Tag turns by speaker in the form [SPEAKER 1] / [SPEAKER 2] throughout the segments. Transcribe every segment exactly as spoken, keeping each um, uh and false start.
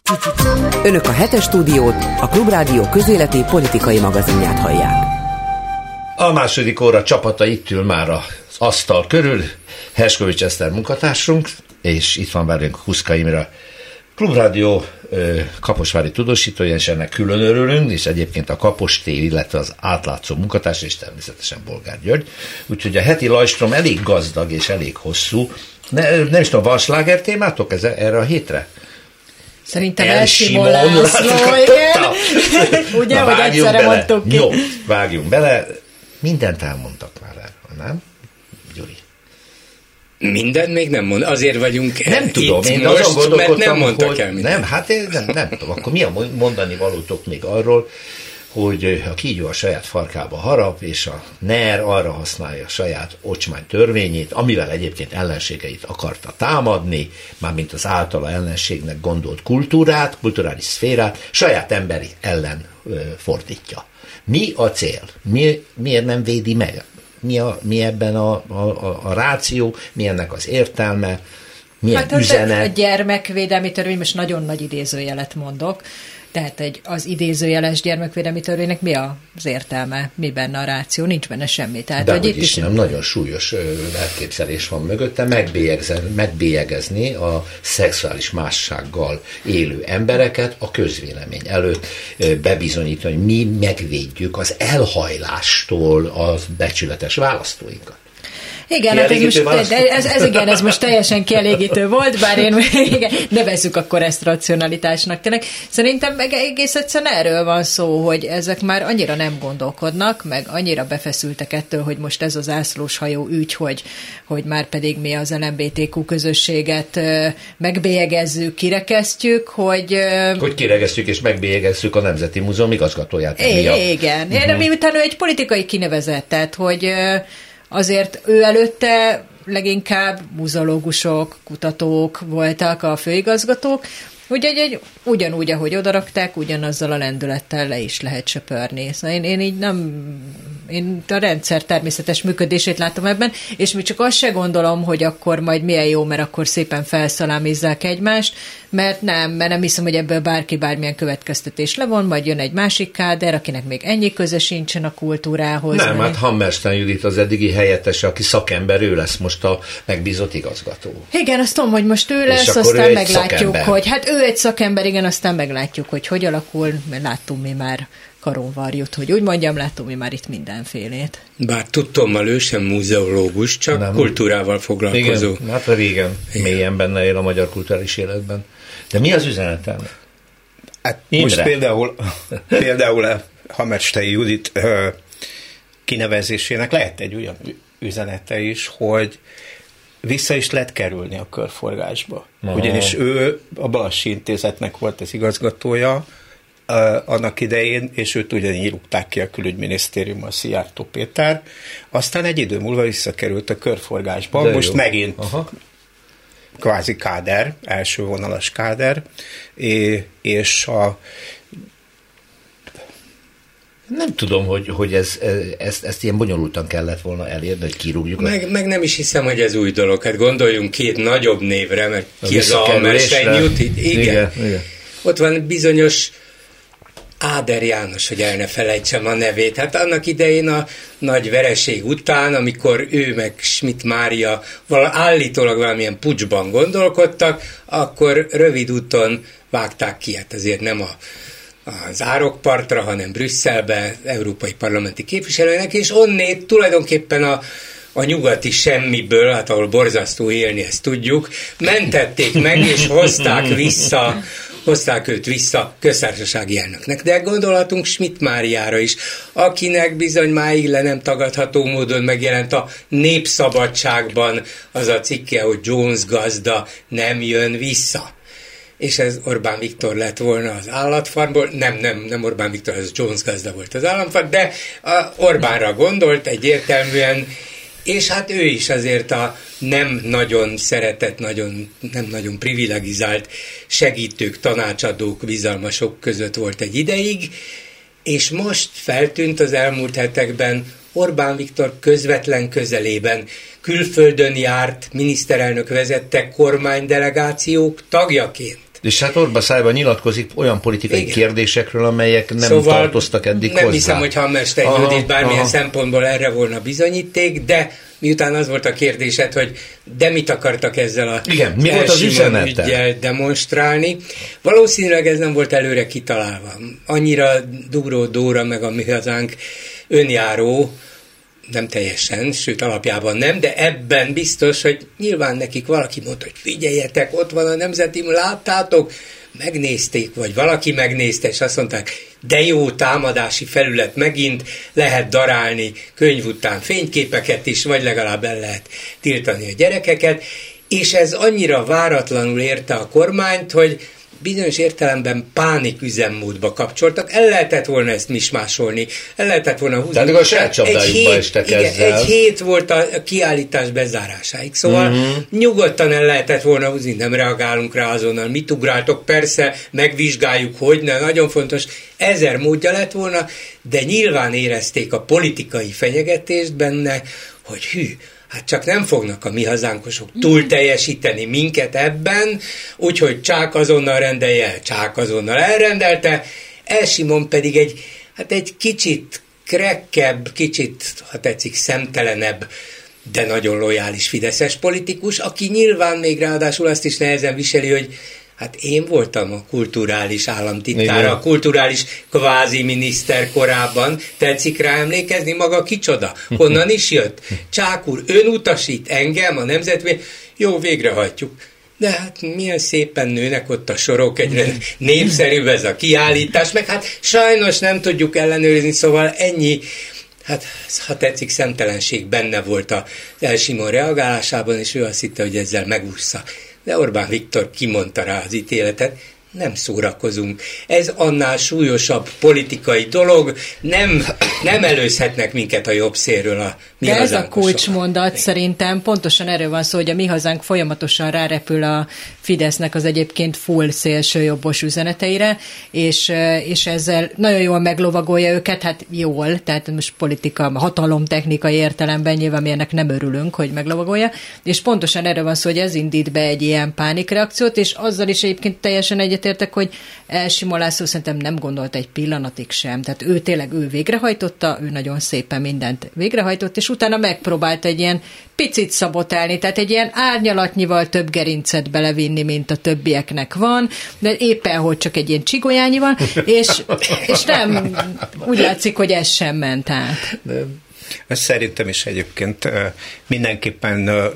[SPEAKER 1] Önök a Hetes Stúdiót, a Klubrádió közéleti politikai magazinját hallják.
[SPEAKER 2] A második óra csapata itt ül már az asztal körül, Herskovics Eszter munkatársunk, és itt van velünk Huszka Imre, Klubrádió kaposvári tudósítója, és ennek külön örülünk, és egyébként a Kapos té vé, illetve az átlátszó munkatárs, és természetesen Bolgár György. Úgyhogy a heti lajstrom elég gazdag és elég hosszú. Ne, nem is tudom, van sláger témátok ez, erre a hétre?
[SPEAKER 3] Szerintem Elsimon László, igen. Ugye, hogy egyszerre mondtuk ki.
[SPEAKER 2] Jó, vágjunk bele. Mindent elmondtak már erről, nem? Gyuri.
[SPEAKER 4] Mindent még nem mond. Azért vagyunk
[SPEAKER 2] nem tudom,
[SPEAKER 4] itt
[SPEAKER 2] én
[SPEAKER 4] most, mert nem mondtak
[SPEAKER 2] hogy,
[SPEAKER 4] el mindent.
[SPEAKER 2] Nem, hát én nem, nem tudom. Akkor mi a mondani valótok még arról, hogy a kígyó a saját farkába harap, és a NER arra használja a saját ocsmány törvényét, amivel egyébként ellenségeit akarta támadni, mármint az általa ellenségnek gondolt kultúrát, kulturális szférát, saját emberi ellen ö, fordítja. Mi a cél? Mi, miért nem védi meg? Mi, a, mi ebben a, a, a ráció? Mi ennek az értelme? Milyen
[SPEAKER 3] hát
[SPEAKER 2] üzenet?
[SPEAKER 3] A gyermekvédelmi törvény, most nagyon nagy idézőjelet mondok, tehát egy, az idézőjeles gyermekvédelmi törvénynek mi az értelme? Mi benne a ráció? Nincs benne semmi. Tehát,
[SPEAKER 2] de
[SPEAKER 3] hogy
[SPEAKER 2] hogy
[SPEAKER 3] itt
[SPEAKER 2] is nem, nagyon súlyos elképzelés van mögötte, megbélyegezni a szexuális mássággal élő embereket a közvélemény előtt, bebizonyítani, hogy mi megvédjük az elhajlástól az becsületes választóinkat.
[SPEAKER 3] Igen, hát ez, most, ez, ez, igen, ez most teljesen kielégítő volt, bár én igen, nevezzük akkor ezt racionalitásnak. Tényleg. Szerintem meg egész egyszerűen erről van szó, hogy ezek már annyira nem gondolkodnak, meg annyira befeszültek ettől, hogy most ez az zászlós hajó ügy, hogy, hogy már pedig mi az el em bé té kú közösséget megbélyegezzük, kirekesztjük, hogy...
[SPEAKER 2] Hogy kirekesztjük és megbélyegezzük a Nemzeti Múzeum igazgatóját.
[SPEAKER 3] É, igen, uh-huh. Miután ő egy politikai kinevezett, tehát hogy... Azért ő előtte leginkább muzológusok, kutatók voltak a főigazgatók, úgyhogy egy, ugyanúgy, ahogy odarakták, ugyanazzal a lendülettel le is lehet söpörni. Szóval én, én így nem, én a rendszer természetes működését látom ebben, és még csak azt se gondolom, hogy akkor majd milyen jó, mert akkor szépen felszalámizzák egymást, mert nem, mert nem hiszem, hogy ebből bárki bármilyen következtetés levon, majd jön egy másik káder, akinek még ennyi köze sincsen a kultúrához.
[SPEAKER 2] Nem, hát Hammerstein Judit az eddigi helyettese, aki szakember, ő lesz most a megbízott igazgató.
[SPEAKER 3] Igen, azt tudom, hogy most ő lesz, aztán meglátjuk, szakember. Hogy hát ő egy szakember, igen, aztán meglátjuk, hogy hogy alakul, mert láttunk mi már karonvarjút, hogy úgy mondjam, láttunk mi már itt mindenfélét.
[SPEAKER 4] Bár tudtommal ő sem muzeológus, csak nem. Kultúrával foglalkozó.
[SPEAKER 2] Igen, hát régen mélyen benne él a magyar kulturális életben. De mi az üzenetem?
[SPEAKER 5] Hát most például, például a Hammerstein Judit ö, kinevezésének lehet egy olyan üzenete is, hogy vissza is lehet kerülni a körforgásba. Aha. Ugyanis ő a Balassi Intézetnek volt az igazgatója uh, annak idején, és őt ugyanígy rúgták ki a külügyminisztériumban, Szijjártó Péter. Aztán egy idő múlva visszakerült a körforgásba. De most jó. Megint Aha. kvázi káder, első vonalas káder, és a
[SPEAKER 2] nem tudom, hogy, hogy ez, ezt, ezt ilyen bonyolultan kellett volna elérni, hogy kirúgjuk.
[SPEAKER 4] Meg, meg nem is hiszem, hogy ez új dolog. Hát gondoljunk két nagyobb névre, mert a ki az a Hammerstein Judit. Igen. Igen, igen. Ott van bizonyos Áder János, hogy el ne felejtsem a nevét. Hát annak idején a nagy vereség után, amikor ő meg Schmidt Mária vala, állítólag valamilyen puccsban gondolkodtak, akkor rövid úton vágták ki. Hát azért nem a az árokpartra, hanem Brüsszelbe, európai parlamenti képviselőnek, és onnét tulajdonképpen a, a nyugati semmiből, hát ahol borzasztó élni, ezt tudjuk, mentették meg, és hozták vissza, hozták őt vissza köztársasági elnöknek. De gondolhatunk Schmidt Máriára is, akinek bizony máig le nem tagadható módon megjelent a Népszabadságban az a cikke, hogy Jones gazda nem jön vissza. És ez Orbán Viktor lett volna az állatfarmból, nem, nem, nem Orbán Viktor, ez Jones gazda volt az állatfarm, de Orbánra gondolt egyértelműen, és hát ő is azért a nem nagyon szeretett, nagyon, nem nagyon privilegizált segítők, tanácsadók, bizalmasok között volt egy ideig, és most feltűnt az elmúlt hetekben Orbán Viktor közvetlen közelében, külföldön járt, miniszterelnök vezette kormánydelegációk tagjaként.
[SPEAKER 2] És hát orba szájban nyilatkozik olyan politikai Igen. kérdésekről, amelyek nem
[SPEAKER 4] szóval
[SPEAKER 2] tartoztak eddig
[SPEAKER 4] nem
[SPEAKER 2] hozzá.
[SPEAKER 4] hiszem, hogy Hammerstein Judit bármilyen aha. szempontból erre volna bizonyíték, de miután az volt a kérdésed, hogy de mit akartak ezzel a
[SPEAKER 2] Igen, mi volt az ügyel
[SPEAKER 4] demonstrálni. Valószínűleg ez nem volt előre kitalálva. Annyira Dugró Dóra meg a Mi Hazánk önjáró, nem teljesen, sőt alapjában nem, de ebben biztos, hogy nyilván nekik valaki mondta, hogy figyeljetek, ott van a Nemzeti, láttátok, megnézték, vagy valaki megnézte, és azt mondták, de jó támadási felület megint, lehet darálni könyv után fényképeket is, vagy legalább el lehet tiltani a gyerekeket, és ez annyira váratlanul érte a kormányt, hogy bizonyos értelemben pánik üzemmódba kapcsoltak, el lehetett volna ezt mismásolni, el lehetett volna húzni.
[SPEAKER 2] Tehát a saját csapdájukba estek ezzel.
[SPEAKER 4] Egy hét volt a kiállítás bezárásáig, szóval uh-huh. nyugodtan el lehetett volna húzni, nem reagálunk rá azonnal, mit ugráltok, persze, megvizsgáljuk, hogy ne, nagyon fontos, ezer módja lett volna, de nyilván érezték a politikai fenyegetést benne, hogy hű, hát csak nem fognak a Mi Hazánkosok túl teljesíteni minket ebben, úgyhogy Csák azonnal rendelje el, Csák azonnal elrendelte, Elsimon pedig egy, hát egy kicsit krekkebb, kicsit, ha tetszik, szemtelenebb, de nagyon lojális fideszes politikus, aki nyilván még ráadásul azt is nehezen viseli, hogy hát én voltam a kulturális államtitkára, Igen. a kulturális kvázi miniszter korábban. Tetszik rá emlékezni? Maga kicsoda? Honnan is jött? Csák úr, ön utasít engem a nemzetvé. Jó, végrehajtjuk. De hát milyen szépen nőnek ott a sorok, egyre népszerűbb ez a kiállítás, meg hát sajnos nem tudjuk ellenőrizni, szóval ennyi, hát ha tetszik, szemtelenség benne volt az Elsimon reagálásában, és ő azt hitte, hogy ezzel megúszza. De Orbán Viktor kimondta rá az ítéletet, nem szórakozunk. Ez annál súlyosabb politikai dolog, nem, nem előzhetnek minket a jobb szélről a Mi
[SPEAKER 3] De ez
[SPEAKER 4] Hazánkosok.
[SPEAKER 3] a kulcsmondat szerintem pontosan erről van szó, hogy a Mi Hazánk folyamatosan rárepül a Fidesznek az egyébként full szélsőjobbos üzeneteire, és, és ezzel nagyon jól meglovagolja őket, hát jól, tehát most politika, hatalomtechnikai értelemben nyilván mi ennek nem örülünk, hogy meglovagolja, és pontosan erről van szó, hogy ez indít be egy ilyen pánikreakciót, és azzal is egyébként teljesen egyetértek, hogy Elsimon László szerintem nem gondolt egy pillanatig sem, tehát ő tényleg ő végrehajtotta, ő nagyon szépen mindent végrehajtott, és utána megpróbált egy ilyen picit szabotálni, tehát egy ilyen árnyalatnyival több gerincet belevinni, mint a többieknek van, de éppen, hogy csak egy ilyen csigolyányi van, és, és nem, úgy látszik, hogy ez sem ment át.
[SPEAKER 5] Ez szerintem is egyébként mindenképpen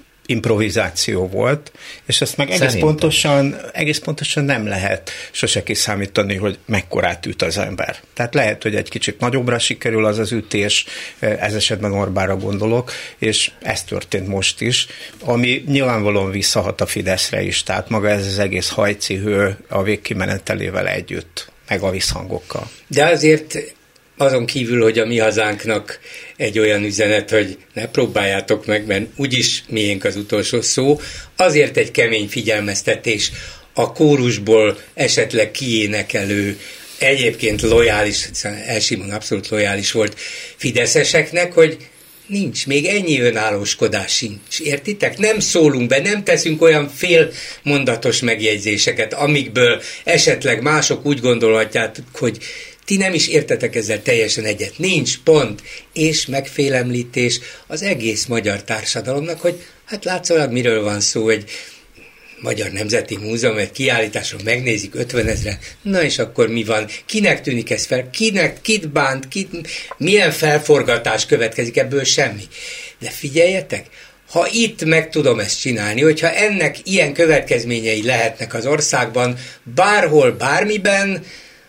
[SPEAKER 5] improvizáció volt, és ezt meg egész pontosan, egész pontosan nem lehet sose kiszámítani, hogy mekkorát üt az ember. Tehát lehet, hogy egy kicsit nagyobbra sikerül az az ütés, ez esetben Orbánra gondolok, és ez történt most is, ami nyilvánvalóan visszahat a Fideszre is, tehát maga ez az egész hajcihő a végkimenetelével együtt, meg a visszhangokkal.
[SPEAKER 4] De azért azon kívül, hogy a Mi Hazánknak egy olyan üzenet, hogy ne próbáljátok meg, mert úgyis miénk az utolsó szó, azért egy kemény figyelmeztetés a kórusból esetleg kiénekelő, egyébként lojális, Elsimon abszolút lojális volt fideszeseknek, hogy nincs, még ennyi önállóskodás sincs, értitek? Nem szólunk be, nem teszünk olyan félmondatos megjegyzéseket, amikből esetleg mások úgy gondolhatják, hogy ti nem is értetek ezzel teljesen egyet. Nincs, pont. És megfélemlítés az egész magyar társadalomnak, hogy hát látszólag miről van szó, egy Magyar Nemzeti Múzeum, egy kiállításról megnézik ötvenezren, na és akkor mi van? Kinek tűnik ez fel? Kinek, kit bánt? Kit, milyen felforgatás következik ebből? Semmi. De figyeljetek, ha itt meg tudom ezt csinálni, hogyha ennek ilyen következményei lehetnek az országban, bárhol, bármiben,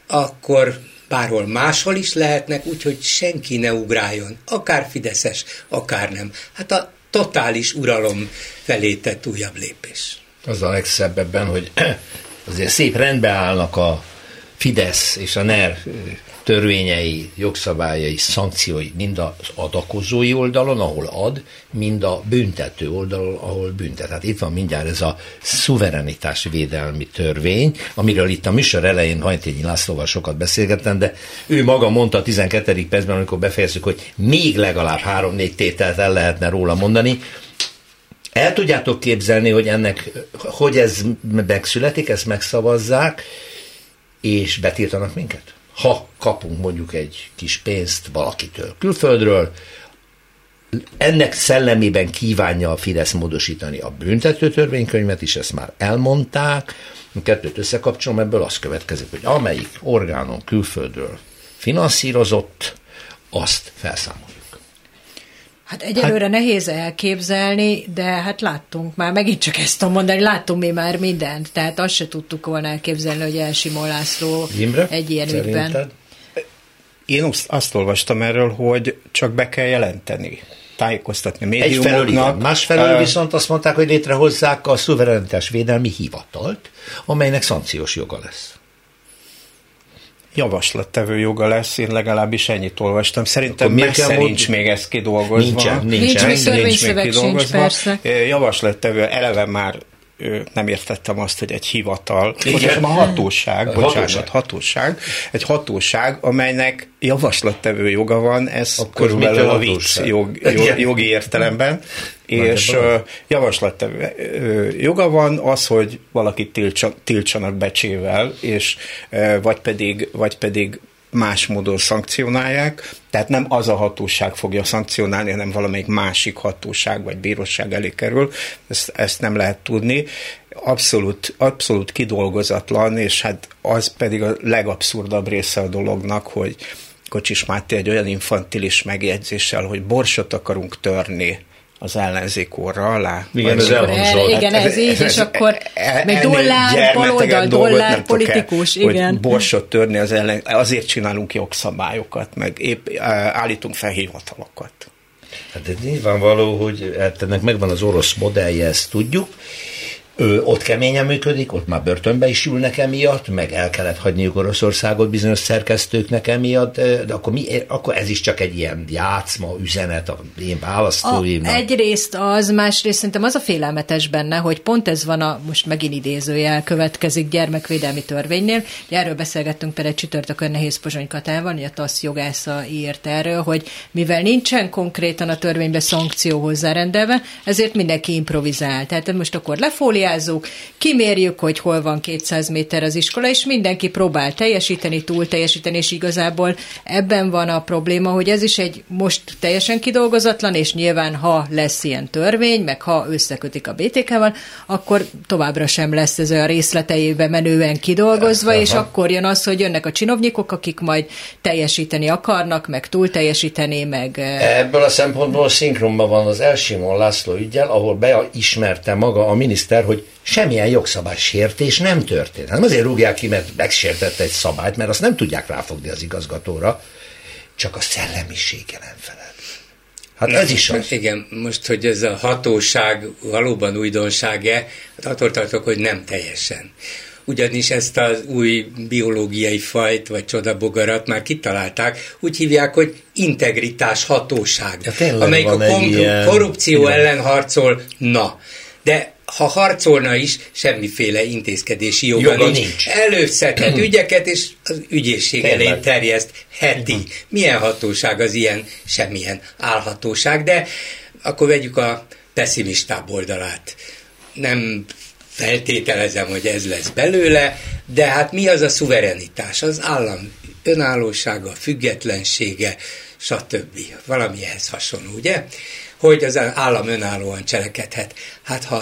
[SPEAKER 4] akkor bárhol máshol is lehetnek, úgyhogy senki ne ugráljon, akár fideszes, akár nem. Hát a totális uralom felé tett újabb lépés.
[SPEAKER 2] Az a legszebb ebben, hogy azért szép rendbe állnak a Fidesz és a NER törvényei, jogszabályai, szankciói mind az adakozói oldalon, ahol ad, mind a büntető oldalon, ahol büntet. Hát itt van mindjárt ez a szuverenitásvédelmi törvény, amiről itt a műsor elején Hajtényi Lászlóval sokat beszélgettem, de ő maga mondta a tizenkettedik percben, amikor befejezzük, hogy még legalább három-négy tételt el lehetne róla mondani. El tudjátok képzelni, hogy ennek, hogy ez megszületik, ezt megszavazzák, és betiltanak minket? Ha kapunk mondjuk egy kis pénzt valakitől külföldről, ennek szellemében kívánja a Fidesz módosítani a büntető törvénykönyvet is, ezt már elmondták. A kettőt összekapcsolom, ebből az következik, hogy amelyik orgánon külföldről finanszírozott, azt felszámoljuk.
[SPEAKER 3] Hát egyelőre hát, nehéz elképzelni, de hát láttunk már, megint csak ezt tudom mondani, láttunk mi már mindent, tehát azt se tudtuk volna elképzelni, hogy Elsimon László
[SPEAKER 2] Imre,
[SPEAKER 3] egy ilyen ügyben.
[SPEAKER 5] Én azt, azt olvastam erről, hogy csak be kell jelenteni, tájékoztatni a médiumoknak.
[SPEAKER 2] Másfelől uh, viszont azt mondták, hogy létrehozzák a szuverenitásvédelmi hivatalt, amelynek szankciós joga lesz.
[SPEAKER 5] Javaslattevő joga lesz, én legalábbis ennyit olvastam. Szerintem messze nincs még ez kidolgozva.
[SPEAKER 2] Nincsen,
[SPEAKER 3] nincsen. Nincs, nincs, nincs még kidolgozva. Sincs, persze.
[SPEAKER 5] Javaslattevő eleve már nem értettem azt, hogy egy hivatal, vagy a hatóság, a bocsánat, hatóság. hatóság, egy hatóság, amelynek javaslattevő joga van, ez akkor körülbelül a vicc jog, jog, jogi értelemben, és javaslattevő joga van az, hogy valakit tiltsa, tiltsanak becsével, és vagy pedig, vagy pedig más módon szankcionálják, tehát nem az a hatóság fogja szankcionálni, hanem valamelyik másik hatóság vagy bíróság elé kerül, ezt, ezt nem lehet tudni. Abszolút, abszolút kidolgozatlan, és hát az pedig a legabszurdabb része a dolognak, hogy Kocsis Máté egy olyan infantilis megjegyzéssel, hogy borsot akarunk törni az ellenzék orra alá.
[SPEAKER 2] Igen, ez elhangzott.
[SPEAKER 3] Igen, ez így, és akkor még dollár, baloldal, dollár, politikus,
[SPEAKER 5] el,
[SPEAKER 3] igen.
[SPEAKER 5] Hogy borsot törni az ellen, azért csinálunk jogszabályokat, meg épp állítunk fel hivatalokat.
[SPEAKER 2] Hát ez nyilvánvaló, hogy ennek megvan az orosz modellje, ezt tudjuk. Ő ott keményen működik, ott már börtönbe is ülnek emiatt, meg el kellett hagyniuk Oroszországot bizonyos szerkesztőknek emiatt, de akkor, mi, akkor ez is csak egy ilyen játszma, üzenet a én választóimnak.
[SPEAKER 3] Egyrészt az, másrészt szerintem az a félelmetes benne, hogy pont ez van a, most megint idézőjel következik gyermekvédelmi törvénynél. Erről beszélgettünk például csütörtökön Nehéz Pozsony Katával, hogy a TASZ jogásza írt erről, hogy mivel nincsen konkrétan a törvénybe szankció hozzárendelve, ezért mindenki improvizál. Tehát most akkor lefóliál, kimérjük, hogy hol van kétszáz méter az iskola, és mindenki próbál teljesíteni, túl teljesíteni, és igazából ebben van a probléma, hogy ez is egy most teljesen kidolgozatlan, és nyilván ha lesz ilyen törvény, meg ha összekötik a bé té ká-val, akkor továbbra sem lesz ez olyan részleteibe menően kidolgozva, és akkor jön az, hogy jönnek a csinovnyikok, akik majd teljesíteni akarnak, meg túl teljesíteni, meg...
[SPEAKER 2] Ebből a szempontból szinkronban van az Elsimon László üggyel, ahol beismerte maga a miniszter, hogy semmilyen jogszabálysértés nem történt. Hát azért rúgják ki, mert megsértette egy szabályt, mert azt nem tudják ráfogni az igazgatóra, csak a szellemisége nem felel. Hát ez is az.
[SPEAKER 4] Igen, most, hogy ez a hatóság valóban újdonság-e, hát attól tartok, hogy nem teljesen. Ugyanis ezt az új biológiai fajt, vagy csodabogarat már kitalálták, úgy hívják, hogy integritás hatóság, ja, amelyik a kom- korrupció ilyen. ellen harcol, na. De ha harcolna is, semmiféle intézkedési joga, joga nincs. nincs. Előszedhet ügyeket, és az ügyészség elé terjeszt heti. Milyen hatóság az ilyen? Semmilyen álhatóság, de akkor vegyük a pessimistább oldalát. Nem feltételezem, hogy ez lesz belőle, de hát mi az a szuverenitás? Az állam önállósága, függetlensége, stb. Valami ehhez hasonló, ugye? Hogy az állam önállóan cselekedhet. Hát ha a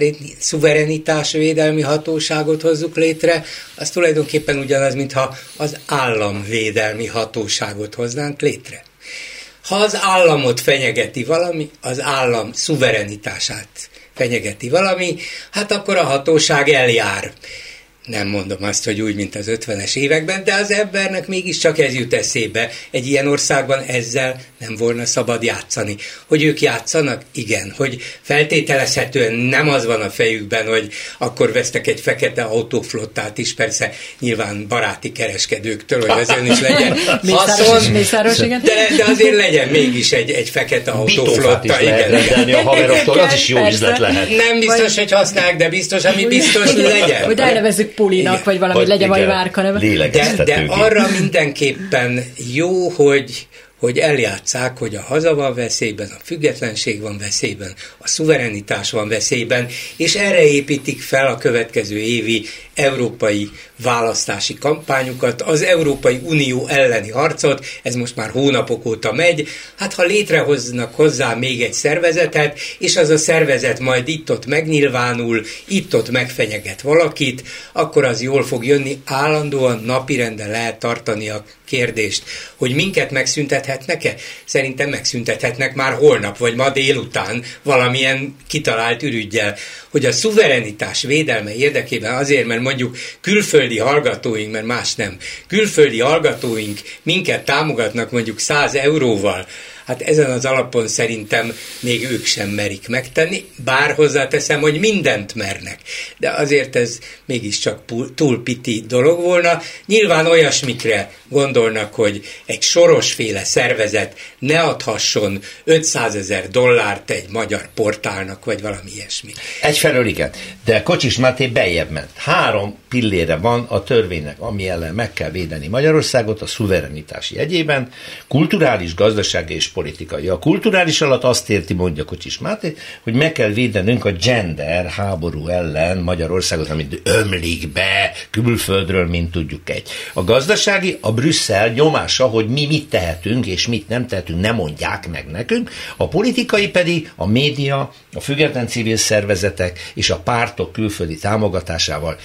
[SPEAKER 4] szuverenitásvédelmi hatóságot hozzuk létre, az tulajdonképpen ugyanaz, mintha az államvédelmi hatóságot hoznánk létre. Ha az államot fenyegeti valami, az állam szuverenitását fenyegeti valami, hát akkor a hatóság eljár. Nem mondom azt, hogy úgy, mint az ötvenes években, de az embernek mégiscsak ez jut eszébe. Egy ilyen országban ezzel nem volna szabad játszani. Hogy ők játszanak? Igen. Hogy feltételezhetően nem az van a fejükben, hogy akkor vesznek egy fekete autóflottát is, persze nyilván baráti kereskedőktől, hogy ezen is legyen haszon,
[SPEAKER 3] Mészáros, igen.
[SPEAKER 4] De, de azért legyen mégis egy, egy fekete autóflotta.
[SPEAKER 2] Igen, a haveroktól, az is jó üzlet lehet.
[SPEAKER 4] Nem biztos, hogy használják, de biztos, ami biztos legyen.
[SPEAKER 3] Hogy elnevezzük Pulinak, igen, vagy valami, vagy legyen valami márka neve.
[SPEAKER 4] De, de arra mindenképpen jó, hogy, hogy eljátsszák, hogy a haza van veszélyben, a függetlenség van veszélyben, a szuverenitás van veszélyben, és erre építik fel a következő évi európai választási kampányukat, az Európai Unió elleni harcot, ez most már hónapok óta megy, hát ha létrehoznak hozzá még egy szervezetet, és az a szervezet majd itt-ott megnyilvánul, itt-ott megfenyeget valakit, akkor az jól fog jönni, állandóan napirenden lehet tartani a kérdést, hogy minket megszüntethetnek-e? Szerintem megszüntethetnek már holnap, vagy ma délután valamilyen kitalált ürüggyel, hogy a szuverenitás védelme érdekében azért, mert mondjuk külföldi hallgatóink, mert más nem, külföldi hallgatóink minket támogatnak mondjuk száz euróval, hát ezen az alapon szerintem még ők sem merik megtenni, bár hozzáteszem, hogy mindent mernek. De azért ez mégiscsak túl piti dolog volna. Nyilván olyasmikre gondolnak, hogy egy sorosféle szervezet ne adhasson ötszázezer dollárt egy magyar portálnak, vagy valami ilyesmi.
[SPEAKER 2] Egyfelől igen, de Kocsis Máté beljebb ment. Három pillére van a törvénynek, ami ellen meg kell védeni Magyarországot a szuverenitás jegyében, kulturális, gazdasági és politikai. A kulturális alatt azt érti, mondja Kocsis Máté, hogy meg kell védenünk a gender háború ellen Magyarországot, amit ömlik be külföldről, mint tudjuk egy. A gazdasági, a Brüsszel nyomása, hogy mi mit tehetünk, és mit nem tehetünk, nem mondják meg nekünk. A politikai pedig a média, a független civil szervezetek és a pártok külföldi támogatásával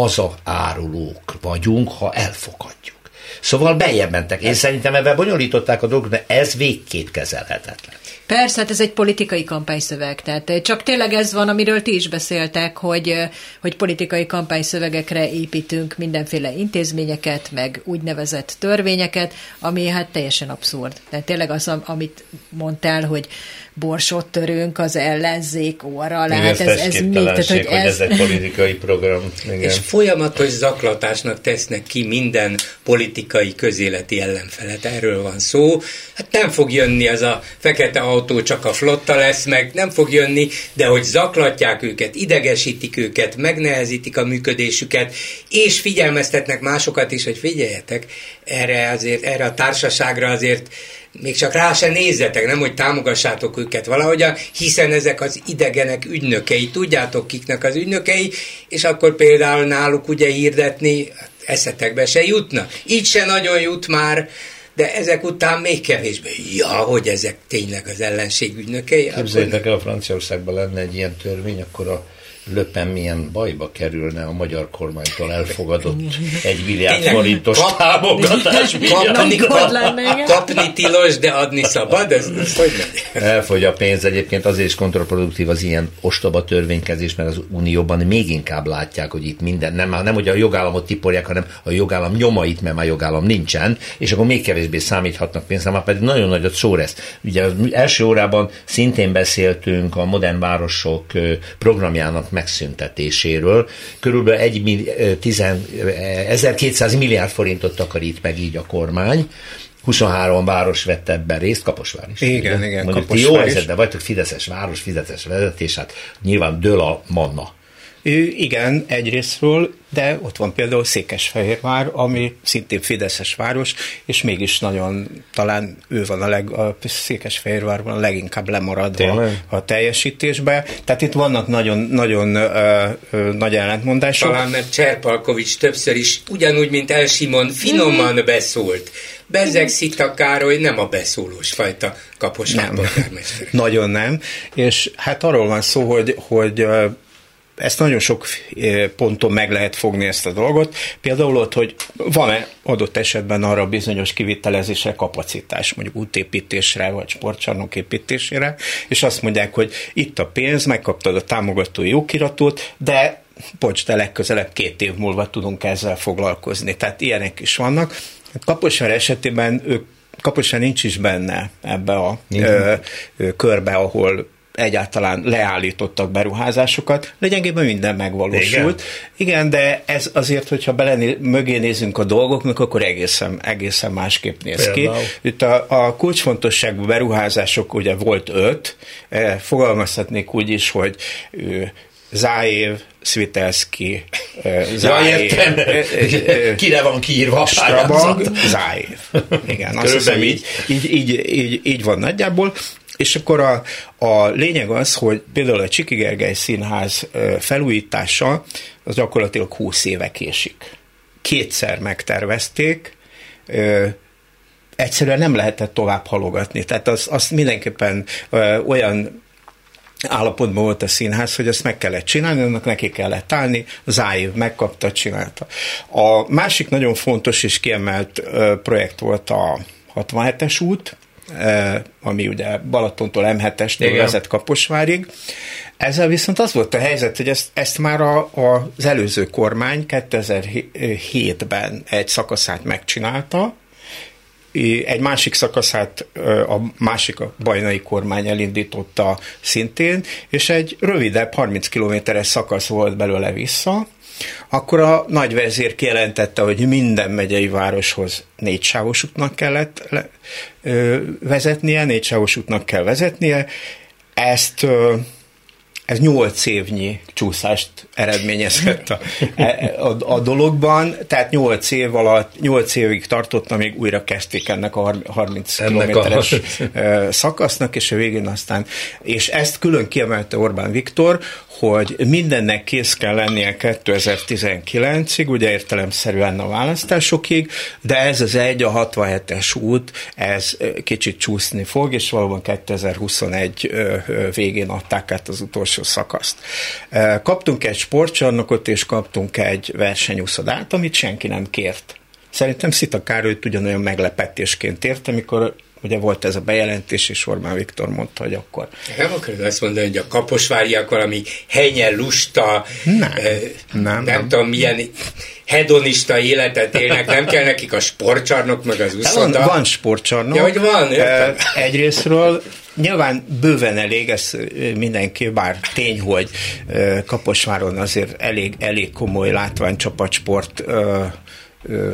[SPEAKER 2] hazaárulók vagyunk, ha elfogadjuk. Szóval beljebb mentek. Én szerintem ebben bonyolították a dolgot, de ez végképp kezelhetetlen.
[SPEAKER 3] Persze, hát ez egy politikai kampányszöveg, tehát csak tényleg ez van, amiről ti is beszéltek, hogy, hogy politikai kampányszövegekre építünk mindenféle intézményeket, meg úgynevezett törvényeket, ami hát teljesen abszurd. Tehát tényleg az, amit mondtál, hogy borsot törünk az ellenzék óra alá.
[SPEAKER 2] Hát ez, ez mi? Tehát, hogy, hogy ez... ez egy politikai program. Igen.
[SPEAKER 4] És folyamatos zaklatásnak tesznek ki minden politikai közéleti ellenfelet. Erről van szó. Hát nem fog jönni az a fekete autó, csak a flotta lesz, meg nem fog jönni, de hogy zaklatják őket, idegesítik őket, megnehezítik a működésüket, és figyelmeztetnek másokat is, hogy figyeljetek, erre azért, erre a társaságra azért még csak rá se nézzetek, nem, hogy támogassátok őket valahogyan, hiszen ezek az idegenek ügynökei, tudjátok kiknek az ügynökei, és akkor például náluk ugye hirdetni eszetekbe se jutna. Így se nagyon jut már, de ezek után még kevésbé. Ja, hogy ezek tényleg az ellenség ügynökei.
[SPEAKER 2] Képzeljétek el, a Franciaországban lenne egy ilyen törvény, akkor a Le Pen milyen bajba kerülne a magyar kormánytól elfogadott egy milliárd forintos kap, támogatás.
[SPEAKER 4] Kapni, kap, kapni tilos, de adni szabad? Ez, ez hogy megy?
[SPEAKER 2] Elfogy a pénz, egyébként azért is kontraproduktív az ilyen ostoba törvénykezés, mert az Unióban még inkább látják, hogy itt minden, nem, nem hogy a jogállamot tiporják, hanem a jogállam nyomait, mert már jogállam nincsen, és akkor még kevésbé számíthatnak pénzt, már pedig nagyon nagyot szór ez. Ugye az első órában szintén beszéltünk a Modern Városok programjának megszüntetéséről. Körülbelül egy, tizen, ezerkétszáz milliárd forintot takarít meg így a kormány. huszonhárom város vett ebben részt, Kaposvár is.
[SPEAKER 5] Igen, ugye? igen,
[SPEAKER 2] Mondjuk ti jó helyzetben vagytok, fideszes város, fideszes vezetés, hát nyilván dől a manna.
[SPEAKER 5] Igen, egyrésztről, de ott van például Székesfehérvár, ami szintén fideszes város, és mégis nagyon, talán ő van a, leg, a Székesfehérvárban a leginkább lemaradva Tényleg? a teljesítésbe. Tehát itt vannak nagyon, nagyon ö, ö, nagy ellentmondások.
[SPEAKER 4] Talán mert Cserpalkovics többször is ugyanúgy, mint Elsimon finoman beszólt. Bezzeg Szita Károly nem a beszólós fajta Kaposvár polgármester.
[SPEAKER 5] Nagyon nem. És hát arról van szó, hogy, hogy ezt nagyon sok ponton meg lehet fogni ezt a dolgot. Például ott, hogy van-e adott esetben arra bizonyos kivitelezésre kapacitás, mondjuk útépítésre, vagy sportcsarnok építésére, és azt mondják, hogy itt a pénz, megkaptad a támogatói okiratot, de bocs, de legközelebb két év múlva tudunk ezzel foglalkozni. Tehát ilyenek is vannak. Kaposvár esetében ők, Kaposvár nincs is benne ebbe a ö, ö, körbe, ahol egyáltalán leállítottak beruházásokat, lényegében minden megvalósult. Igen, Igen de ez azért, hogyha bele mögé nézünk a dolgoknak, akkor egészen, egészen másképp néz Például. ki. Itt a, a kulcsfontosságú beruházások ugye volt öt, fogalmazhatnék úgy is, hogy Záév, Svitelszky,
[SPEAKER 2] Zájev. Kire van kiírva a
[SPEAKER 5] Strabag, Zájev. Igen, azt hiszem, így, így, így, így, így van nagyjából. És akkor a, a lényeg az, hogy például a Csiki Gergely Színház felújítása az gyakorlatilag húsz éve késik. Kétszer megtervezték, ö, egyszerűen nem lehetett tovább halogatni. Tehát az, az mindenképpen ö, olyan állapotban volt a színház, hogy ezt meg kellett csinálni, annak neki kellett állni, Zájev megkapta, csinálta. A másik nagyon fontos és kiemelt ö, projekt volt a hatvanhetes út, ami ugye Balatontól em hetestől vezet Kaposvárig. Ezzel viszont az volt a helyzet, hogy ezt, ezt már a, a, az előző kormány kétezer-hétben egy szakaszát megcsinálta, egy másik szakaszát a másik a bajnai kormány elindította szintén, és egy rövidebb harminc kilométeres szakasz volt belőle vissza. Akkor a nagyvezér kijelentette, hogy minden megyei városhoz négysávos útnak kellett le, ö, vezetnie, négysávos útnak kell vezetnie. Ezt ö, ez nyolc évnyi csúszást eredményezett a, a, a dologban, tehát nyolc év alatt, nyolc évig tartott, amíg újra kezdték ennek a harminc kilométeres a... szakasznak, és a végén aztán, és ezt külön kiemelte Orbán Viktor, hogy mindennek kész kell lennie kétezer-tizenkilencig, ugye értelemszerűen a választásokig, de ez az egy, a hatvanhetes út, ez kicsit csúszni fog, és valóban kétezer-huszonegy végén adták át az utolsó szakaszt. Kaptunk egy sportcsarnokot, és kaptunk egy versenyúszodát, amit senki nem kért. Szerintem Szita Károlyt ugyanolyan meglepetésként ért, amikor ugye volt ez a bejelentés, és Orbán Viktor mondta, hogy akkor...
[SPEAKER 4] Nem akarod azt mondani, hogy a kaposváriak valami henyen lusta,
[SPEAKER 5] nem,
[SPEAKER 4] eh,
[SPEAKER 5] nem,
[SPEAKER 4] nem, nem tudom, milyen hedonista életet élnek, nem kell nekik a sportcsarnok, meg az úszoda.
[SPEAKER 5] Van, van sportcsarnok.
[SPEAKER 4] Ja, hogy van, értem.
[SPEAKER 5] Egyrésztről nyilván bőven elég, ez mindenki, bár tény, hogy Kaposváron azért elég, elég komoly látványcsapatsport ö, ö,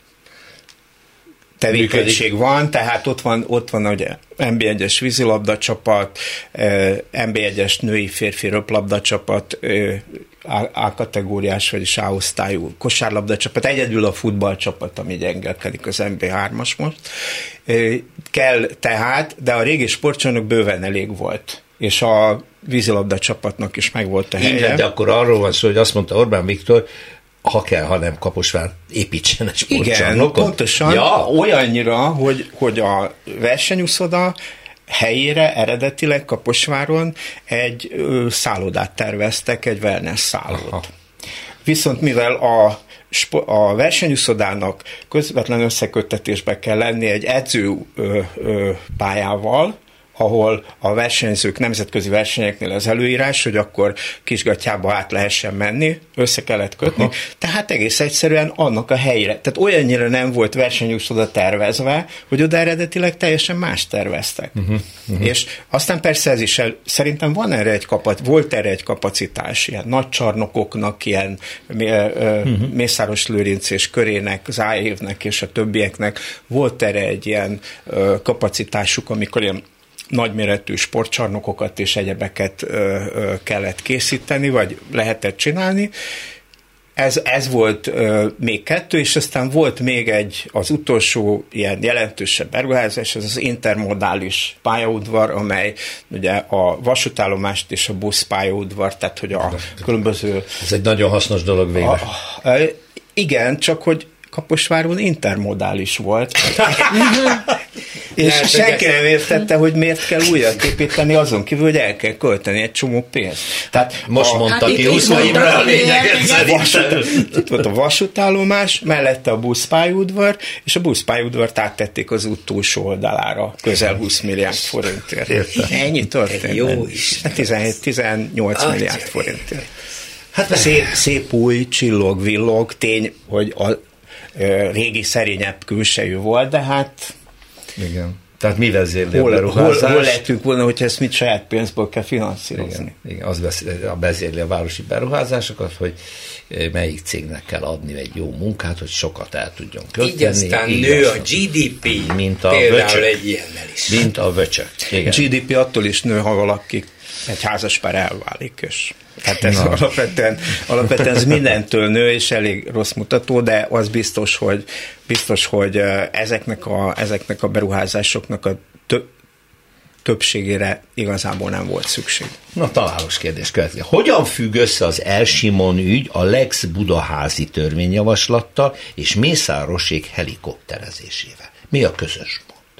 [SPEAKER 5] tevékenység van, tehát ott van, ott van ugye en bé egyes vízilabda csapat, en bé egyes női férfi röplabda csapat, A kategóriás, vagyis A osztályú kosárlabda csapat, egyedül a futballcsapat, ami gyengelkedik, az en bé hármas most. Kell tehát, de a régi sportcsarnok bőven elég volt, és a vízilabda csapatnak is megvolt a helye.
[SPEAKER 2] Igen, de akkor arról van szó, hogy azt mondta Orbán Viktor, ha kell, ha nem Kaposvár építsen egy sportcsarnokot.
[SPEAKER 5] Igen, pontosan, ja. Olyannyira, hogy, hogy a versenyúszoda helyére eredetileg Kaposváron egy ö, szállodát terveztek, egy wellness szállót. Aha. Viszont mivel a, a versenyúszodának közvetlen összeköttetésbe kell lenni egy edző ö, ö, pályával, ahol a versenyzők nemzetközi versenyeknél az előírás, hogy akkor Kisgattyába át lehessen menni, össze kellett kötni, aha. Tehát egész egyszerűen annak a helyre. Tehát olyannyira nem volt versenyúszoda tervezve, hogy oda eredetileg teljesen más terveztek. Uh-huh, uh-huh. És aztán persze ez is el, szerintem van erre egy kapac, volt erre egy kapacitás, ilyen nagy csarnokoknak, ilyen uh-huh. Mészáros Lőrinc és Körének, Zájévnek és a többieknek volt erre egy ilyen uh, kapacitásuk, amikor ilyen nagyméretű sportcsarnokokat és egyebeket ö, ö, kellett készíteni, vagy lehetett csinálni. Ez, ez volt ö, még kettő, és aztán volt még egy, az utolsó ilyen jelentősebb beruházás, ez az intermodális pályaudvar, amely ugye a vasútállomást és a buszpályaudvar, tehát hogy a különböző...
[SPEAKER 2] Ez egy nagyon hasznos dolog végre. A,
[SPEAKER 5] a, igen, csak hogy Kaposváron intermodális volt. És lehet, senki nem értette, hogy miért kell újat építeni, azon kívül, hogy el kell költeni egy csomó pénzt. Tehát
[SPEAKER 2] most
[SPEAKER 5] a,
[SPEAKER 2] mondta hát ki Huszmaimre a lényeget szerintem.
[SPEAKER 5] Itt volt a vasútállomás, mellette a buszpályaudvar, és a buszpályaudvart áttették az út túlsó oldalára, közel húsz milliárd forintért. Értem. Ennyi történt.
[SPEAKER 4] Jó is.
[SPEAKER 5] tizenhét tizennyolc milliárd forintért. Hát szép, szép új, csillog, villog, tény, hogy a régi szerényebb külsejű volt, de hát...
[SPEAKER 2] Igen. Tehát mi vezérli
[SPEAKER 5] hol,
[SPEAKER 2] a beruházást?
[SPEAKER 5] Hol, hol lehetünk volna, hogyha ezt mit saját pénzből kell finanszírozni?
[SPEAKER 2] Igen, igen, az vezérli a városi beruházásokat, hogy melyik cégnek kell adni egy jó munkát, hogy sokat el tudjon költeni.
[SPEAKER 4] Így aztán így nő aztán, a gé dé pé,
[SPEAKER 2] mint a
[SPEAKER 4] például
[SPEAKER 2] vöcsök,
[SPEAKER 4] egy ilyennel is.
[SPEAKER 2] Mint a vöcsök. Igen.
[SPEAKER 5] gé dé pé attól is nő, ha valaki egy házaspár elválik, és hát ez alapvetően, alapvetően ez mindentől nő, és elég rossz mutató, de az biztos, hogy, biztos, hogy ezeknek, a, ezeknek a beruházásoknak a több többségére igazából nem volt szükség.
[SPEAKER 2] Na, találós kérdés következik. Hogyan függ össze az Elsimon ügy a Lex Budaházi törvényjavaslattal és Mészárosék helikopterezésével? Mi a közös pont?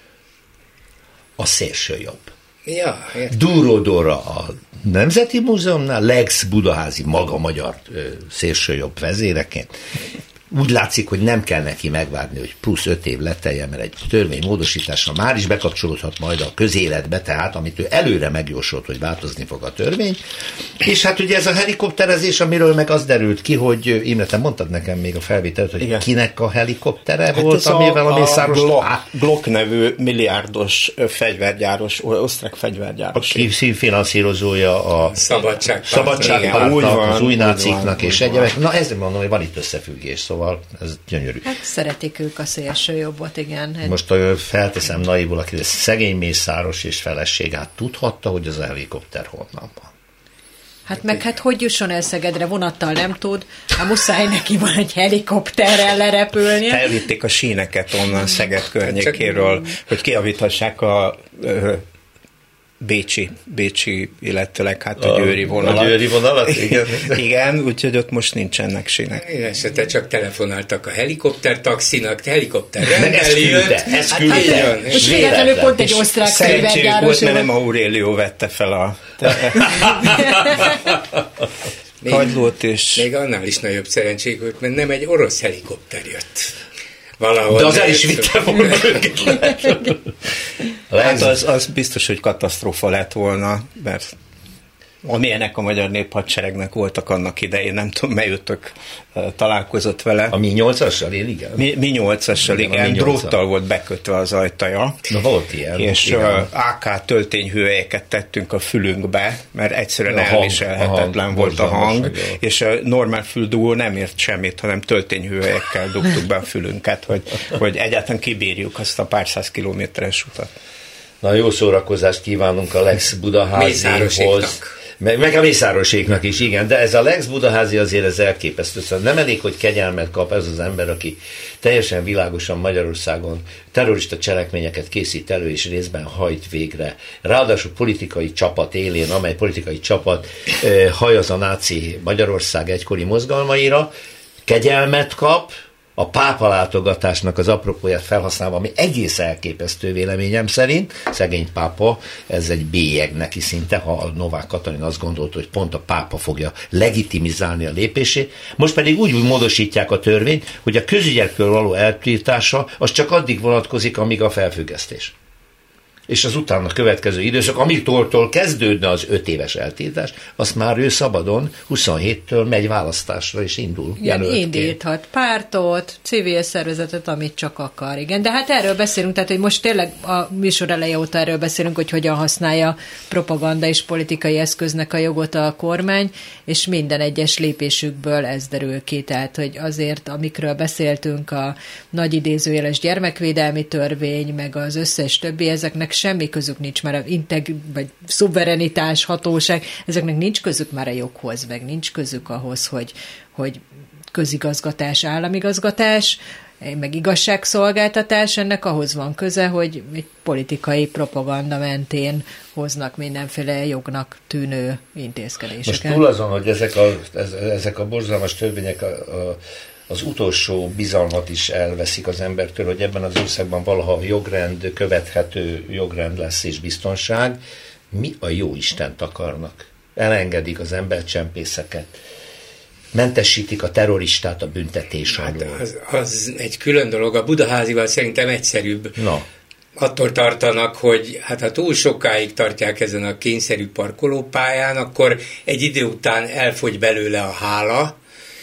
[SPEAKER 2] A szélső jobb.
[SPEAKER 4] Ja,
[SPEAKER 2] Dúró Dóra a Nemzeti Múzeumnál, Lex Budaházi maga magyar szélső jobb vezéreként. Úgy látszik, hogy nem kell neki megvárni, hogy plusz öt év leteljen, mert egy törvény módosításra már is bekapcsolódhat majd a közéletbe, tehát amit ő előre megjósolt, hogy változni fog a törvény. És hát ugye ez a helikopterezés, amiről meg az derült ki, hogy Imre, te mondtad nekem még a felvételt, hogy igen, kinek a helikoptere hát volt, amivel a, a Mészáros...
[SPEAKER 5] Glock, Glock nevű milliárdos fegyvergyáros, osztrák fegyvergyáros.
[SPEAKER 2] Aki finanszírozója a
[SPEAKER 4] Szabadságpárt,
[SPEAKER 2] Szabadságpártnak, az új náciknak és egyébként. Na ezért mondom, hogy van itt összefüggés, szóval ez gyönyörű.
[SPEAKER 3] Hát szeretik ők a szélső jobbot, igen.
[SPEAKER 2] Most felteszem naívul, aki szegény Mészáros és feleség, hát tudhatta, hogy az a helikopter honnan van.
[SPEAKER 3] Hát meg hát hogy jusson el Szegedre, vonattal nem tud, hát muszáj neki van egy helikopterrel lerepülnie.
[SPEAKER 5] Elvitték a síneket onnan Szeged környékéről, hogy kiavíthassák a ö, Bécsi, Bécsi, illetőleg hát a, a győri vonalat.
[SPEAKER 2] A győri vonalat, igen.
[SPEAKER 5] Igen, úgyhogy ott most nincsenek sínek.
[SPEAKER 4] Igen, esetleg csak telefonáltak a helikopter taxinak, helikopter rendeli jött.
[SPEAKER 2] Ez küldte,
[SPEAKER 3] hát, és véletlenül pont egy osztrák fegyvergyáros.
[SPEAKER 5] Volt, mert nem Aurélio vette fel a kagylót, és...
[SPEAKER 4] Még annál is nagyobb szerencsék volt, mert nem egy orosz helikopter jött. Valahol
[SPEAKER 2] de az el is vitte volna őket.
[SPEAKER 5] Hát az, az biztos, hogy katasztrófa lett volna, mert amilyenek a magyar néphadseregnek voltak annak idején, nem tudom, melyőtök uh, találkozott vele.
[SPEAKER 2] A Mi nyolcassal, én igen.
[SPEAKER 5] Mi, mi nyolcassal, igen, igen dróttal volt bekötve az ajtaja.
[SPEAKER 2] Na volt ilyen.
[SPEAKER 5] És uh, á ká töltényhüvelyeket tettünk a fülünkbe, mert egyszerűen a elviselhetetlen hang, volt a hang, a és a normál füldugó nem ért semmit, hanem töltényhüvelyekkel dugtuk be a fülünket, hogy, hogy egyáltalán kibírjuk azt a pár száz kilométeres utat.
[SPEAKER 2] Na, jó szórakozást kívánunk a Lex Budaházihoz. Meg, meg a Mészároséknak is, igen, de ez a Lex Budaházi azért ez elképesztő. Szóval nem elég, hogy kegyelmet kap ez az ember, aki teljesen világosan Magyarországon terrorista cselekményeket készít elő és részben hajt végre. Ráadásul politikai csapat élén, amely politikai csapat eh, hajaz a náci Magyarország egykori mozgalmaira, kegyelmet kap, a pápa látogatásnak az apropóját felhasználva, ami egész elképesztő véleményem szerint, szegény pápa, ez egy bélyeg neki szinte, ha a Novák Katalin azt gondolta, hogy pont a pápa fogja legitimizálni a lépését. Most pedig úgy, úgy módosítják a törvényt, hogy a közügyekről való eltiltása az csak addig vonatkozik, amíg a felfüggesztés. És az utána következő időszak, amiktól kezdődne az öt éves eltiltás, azt már ő szabadon huszonhéttől megy választásra, és indul.
[SPEAKER 3] Igen, indíthat pártot, civil szervezetet, amit csak akar. Igen, de hát erről beszélünk, tehát hogy most tényleg a műsor eleje óta erről beszélünk, hogy hogyan használja propaganda és politikai eszköznek a jogot a kormány, és minden egyes lépésükből ez derül ki. Tehát, hogy azért, amikről beszéltünk, a nagy idézőjeles gyermekvédelmi törvény, meg az összes többi, ezeknek semmi közük nincs már a integ, vagy szuverenitás, hatóság, ezeknek nincs közük már a joghoz, meg nincs közük ahhoz, hogy, hogy közigazgatás, államigazgatás, meg igazságszolgáltatás, ennek ahhoz van köze, hogy egy politikai propaganda mentén hoznak mindenféle jognak tűnő intézkedéseket.
[SPEAKER 2] Most túl azon, hogy ezek a, ezek a borzalmas törvények a, a az utolsó bizalmat is elveszik az embertől, hogy ebben az országban valaha jogrend, követhető jogrend lesz és biztonság. Mi a jó Istent akarnak? Elengedik az embercsempészeket, mentesítik a terroristát a büntetés alól.
[SPEAKER 4] Hát az, az egy külön dolog. A Budaházival szerintem egyszerűbb.
[SPEAKER 2] No.
[SPEAKER 4] Attól tartanak, hogy hát ha túl sokáig tartják ezen a kényszerű parkolópályán, akkor egy idő után elfogy belőle a hála,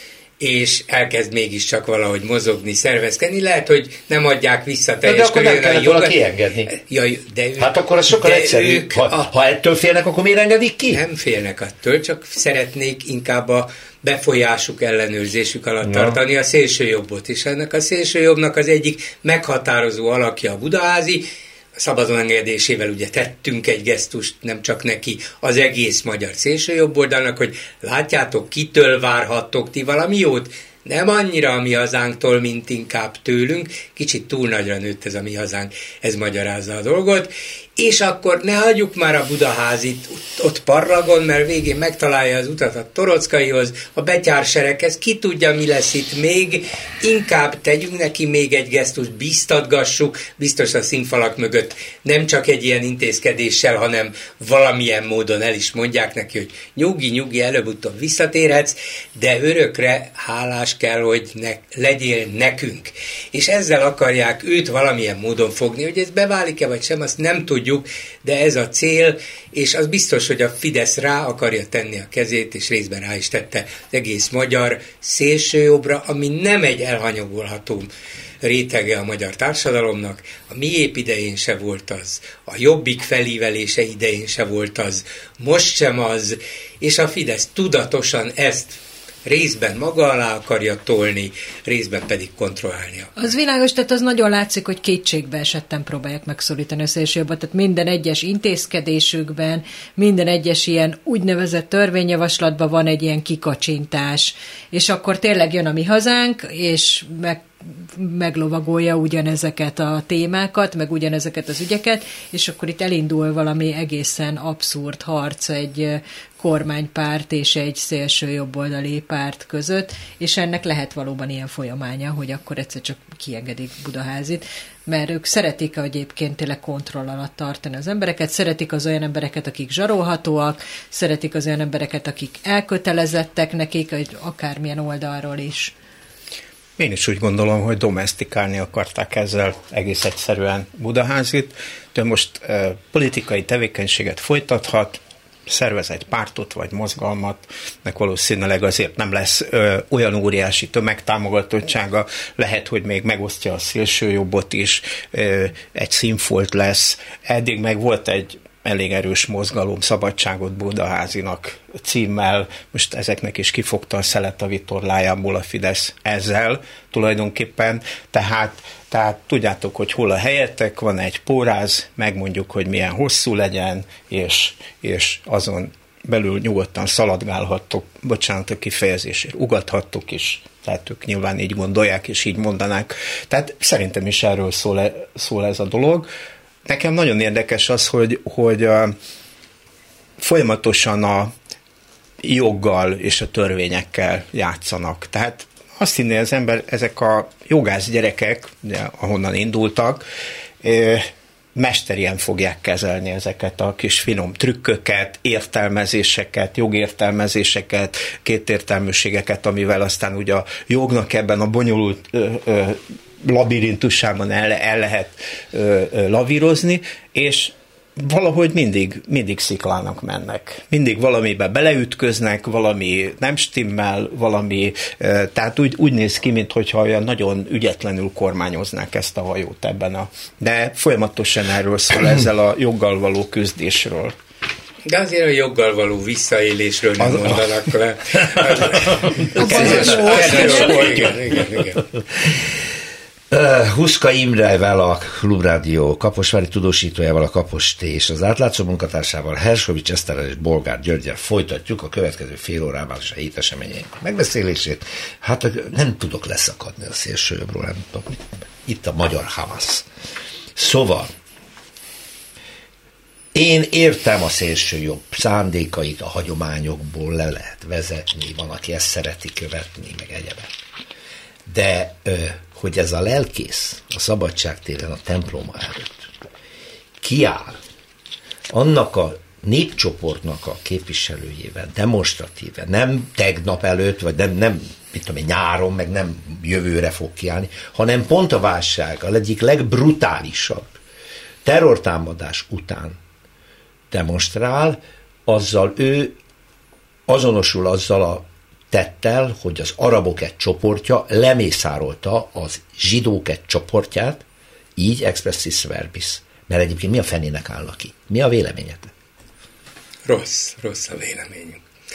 [SPEAKER 4] és elkezd mégiscsak valahogy mozogni, szervezkedni. Lehet, hogy nem adják vissza teljes
[SPEAKER 2] körülön a jogot. De akkor nem kiengedni.
[SPEAKER 4] Ja, de ők,
[SPEAKER 2] hát akkor az sokkal egyszerűbb. Ha, a, ha ettől félnek, akkor miért engedik ki?
[SPEAKER 4] Nem félnek attól, csak szeretnék inkább a befolyásuk, ellenőrzésük alatt ja. tartani a szélsőjobbot is. Ennek a szélsőjobbnak az egyik meghatározó alakja a Budaházi, szabadon engedésével ugye tettünk egy gesztust, nem csak neki, az egész magyar szélsőjobboldalnak, hogy látjátok, kitől várhattok ti valami jót? Nem annyira a mi hazánktól, mint inkább tőlünk. Kicsit túl nagyra nőtt ez a mi hazánk, ez magyarázza a dolgot. És akkor ne hagyjuk már a Budaházit ott parlagon, mert végén megtalálja az utat a Torockaihoz, a betyársereghez, ki tudja, mi lesz itt még. Inkább tegyünk neki még egy gesztust, bíztatgassuk, biztos a színfalak mögött nem csak egy ilyen intézkedéssel, hanem valamilyen módon el is mondják neki, hogy nyugi, nyugi, előbb-utóbb visszatérhetsz, de örökre hálás kell, hogy ne, legyél nekünk. És ezzel akarják őt valamilyen módon fogni, hogy ez beválik-e vagy sem, azt nem tudjuk, de ez a cél, és az biztos, hogy a Fidesz rá akarja tenni a kezét, és részben rá is tette az egész magyar szélsőjobbra, ami nem egy elhanyagolható rétege a magyar társadalomnak. A miép idején se volt az, a Jobbik felívelése idején se volt az, most sem az, és a Fidesz tudatosan ezt részben maga alá akarja tolni, részben pedig kontrollálnia.
[SPEAKER 3] Az világos, tehát az nagyon látszik, hogy kétségbe esetten próbálják megszólítani a szélsőjobbat, tehát minden egyes intézkedésükben, minden egyes ilyen úgynevezett törvényjavaslatban van egy ilyen kikacsintás, és akkor tényleg jön a mi hazánk, és meg meglovagolja ugyanezeket a témákat, meg ugyanezeket az ügyeket, és akkor itt elindul valami egészen abszurd harc egy kormánypárt és egy szélső jobboldali párt között, és ennek lehet valóban ilyen folyamánya, hogy akkor egyszer csak kiengedik Budaházit, mert ők szeretik egyébként tényleg kontroll alatt tartani az embereket, szeretik az olyan embereket, akik zsarolhatóak, szeretik az olyan embereket, akik elkötelezettek nekik, akármilyen oldalról is.
[SPEAKER 5] Én is úgy gondolom, hogy domesztikálni akarták ezzel egész egyszerűen Budaházit, de most e, politikai tevékenységet folytathat, szervez egy pártot vagy mozgalmat, nek valószínűleg azért nem lesz ö, olyan óriási tömegtámogatottsága, lehet, hogy még megosztja a szélsőjobbot is, ö, egy színfolt lesz. Eddig meg volt egy elég erős mozgalom, Szabadságot Budaházinak címmel, most ezeknek is kifogta a szelet a vitorlájából a Fidesz ezzel tulajdonképpen, tehát, tehát tudjátok, hogy hol a helyetek, van egy póráz, megmondjuk, hogy milyen hosszú legyen, és, és azon belül nyugodtan szaladgálhattok, bocsánat a kifejezésért, ugathattok is, tehát ők nyilván így gondolják, és így mondanák. Tehát szerintem is erről szól, szól ez a dolog. Nekem nagyon érdekes az, hogy, hogy uh, folyamatosan a joggal és a törvényekkel játszanak. Tehát azt hinné az ember, ezek a jogász gyerekek, ugye, ahonnan indultak, uh, mesterien fogják kezelni ezeket a kis finom trükköket, értelmezéseket, jogértelmezéseket, kétértelműségeket, amivel aztán ugye a jognak ebben a bonyolult ö, ö, labirintusában el, el lehet ö, ö, lavírozni, és valahogy mindig, mindig sziklának mennek. Mindig valamibe beleütköznek, valami nem stimmel, valami, ö, tehát úgy, úgy néz ki, mintha olyan nagyon ügyetlenül kormányoznák ezt a hajót ebben a... De folyamatosan erről szól, ezzel a joggal való küzdésről.
[SPEAKER 4] De azért a joggal való visszaélésről nem az, mondanak le.
[SPEAKER 2] Igen, igen, igen. Uh, Huszka Imrevel, a Klubrádió Kaposvári tudósítójával, a Kapos T és az átlátszó munkatársával, Herskovics Eszterrel és Bolgár Györgyel folytatjuk a következő fél órában és a hét eseményeink megbeszélését. Hát nem tudok leszakadni a szélsőjobbról, nem tudom. Itt a magyar Hamas. Szóval én értem a szélsőjobb szándékait, a hagyományokból le lehet vezetni, van, aki ezt szereti követni, meg egyebek. De hogy ez a lelkész a Szabadság téren a temploma előtt kiáll annak a népcsoportnak a képviselőjével, demonstratíve, nem tegnap előtt, vagy nem, nem mit tudom, nyáron, meg nem jövőre fog kiállni, hanem pont a válság, a egyik legbrutálisabb terrortámadás után demonstrál, azzal ő azonosul azzal a tettel, hogy az arabok egy csoportja lemészárolta az zsidók egy csoportját, így expressis verbis. Mert egyébként mi a fenének állnak ki? Mi a véleményetek?
[SPEAKER 4] Rossz, rossz a véleményünk.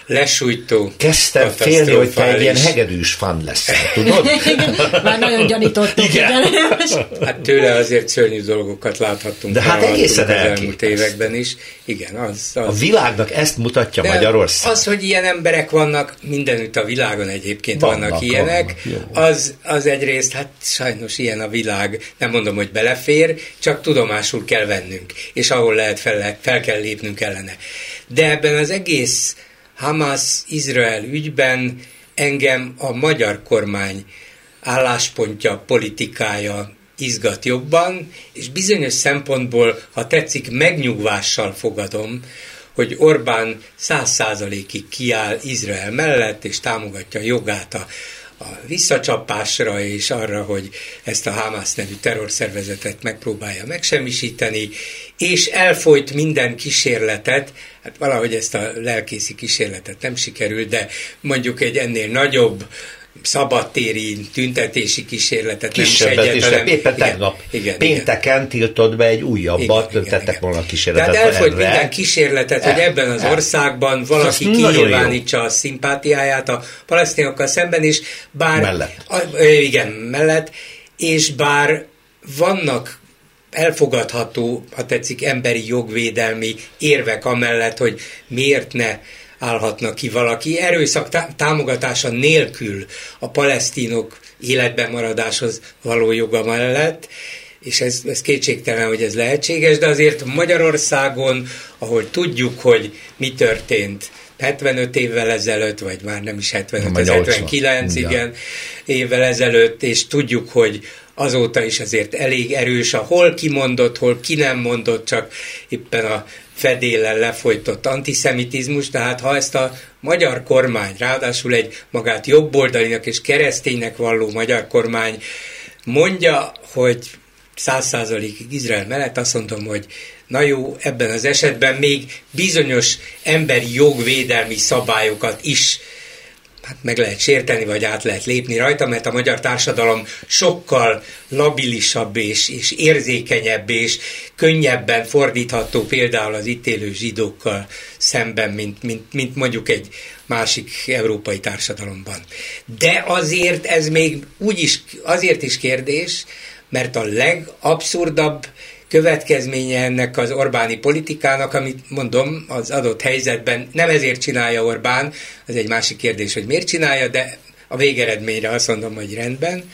[SPEAKER 4] lesújtó.
[SPEAKER 2] Kezdtem félni, hogy te egy ilyen hegedűs fan leszel, tudod?
[SPEAKER 3] Már nagyon gyanítottuk.
[SPEAKER 2] Igen.
[SPEAKER 4] Hát tőle azért szörnyű dolgokat láthattunk.
[SPEAKER 2] De hát egészen
[SPEAKER 4] az elmúlt években is. Igen, az, az.
[SPEAKER 2] A világnak ezt mutatja de Magyarország.
[SPEAKER 4] Az, hogy ilyen emberek vannak, mindenütt a világon egyébként vannak, vannak ilyenek, vannak, az, az egyrészt, hát sajnos ilyen a világ, nem mondom, hogy belefér, csak tudomásul kell vennünk, és ahol lehet fel, fel kell lépnünk ellene. De ebben az egész Hamas-Izrael ügyben engem a magyar kormány álláspontja, politikája izgat jobban, és bizonyos szempontból, ha tetszik, megnyugvással fogadom, hogy Orbán száz százalékig kiáll Izrael mellett, és támogatja jogát a, a visszacsapásra, és arra, hogy ezt a Hamas nevű terrorszervezetet megpróbálja megsemmisíteni, és elfolyt minden kísérletet, hát valahogy ezt a lelkészi kísérletet nem sikerült, de mondjuk egy ennél nagyobb szabadtéri tüntetési kísérletet
[SPEAKER 2] kisebbet
[SPEAKER 4] nem is egyetlen.
[SPEAKER 2] Éppen tegnap igen, pénteken igen. tiltott be egy újabbat, igen, tettek igen. volna a kísérletet.
[SPEAKER 4] Tehát elfogyt minden kísérletet, el, hogy ebben az el. országban valaki kinyilvánítsa a szimpátiáját a palesztinokkal szemben, és bár...
[SPEAKER 2] Mellett.
[SPEAKER 4] A, igen, mellett, és bár vannak elfogadható, ha tetszik, emberi jogvédelmi érvek amellett, hogy miért ne állhatna ki valaki erőszak támogatása nélkül a palesztinok életben maradáshoz való joga mellett, és ez, ez kétségtelen, hogy ez lehetséges, de azért Magyarországon, ahol tudjuk, hogy mi történt hetvenöt évvel ezelőtt, vagy már nem is hetvenöt, ez hetvenkilenc, igen, évvel ezelőtt, és tudjuk, hogy azóta is azért elég erős a hol kimondott, hol ki nem mondott, csak éppen a fedéllel lefolytott antiszemitizmus, tehát ha ezt a magyar kormány, ráadásul egy magát jobboldalinak és kereszténynek valló magyar kormány mondja, hogy száz százalékig Izrael mellett, azt mondom, hogy na jó, ebben az esetben még bizonyos emberi jogvédelmi szabályokat is hát meg lehet sérteni, vagy át lehet lépni rajta, mert a magyar társadalom sokkal labilisabb és, és érzékenyebb és könnyebben fordítható például az itt élő zsidókkal szemben, mint, mint, mint mondjuk egy másik európai társadalomban. De azért ez még úgyis, azért is kérdés, mert a legabszurdabb következménye ennek az Orbáni politikának, amit mondom, az adott helyzetben nem ezért csinálja Orbán, az egy másik kérdés, hogy miért csinálja, de a végeredményre azt mondom, hogy rendben,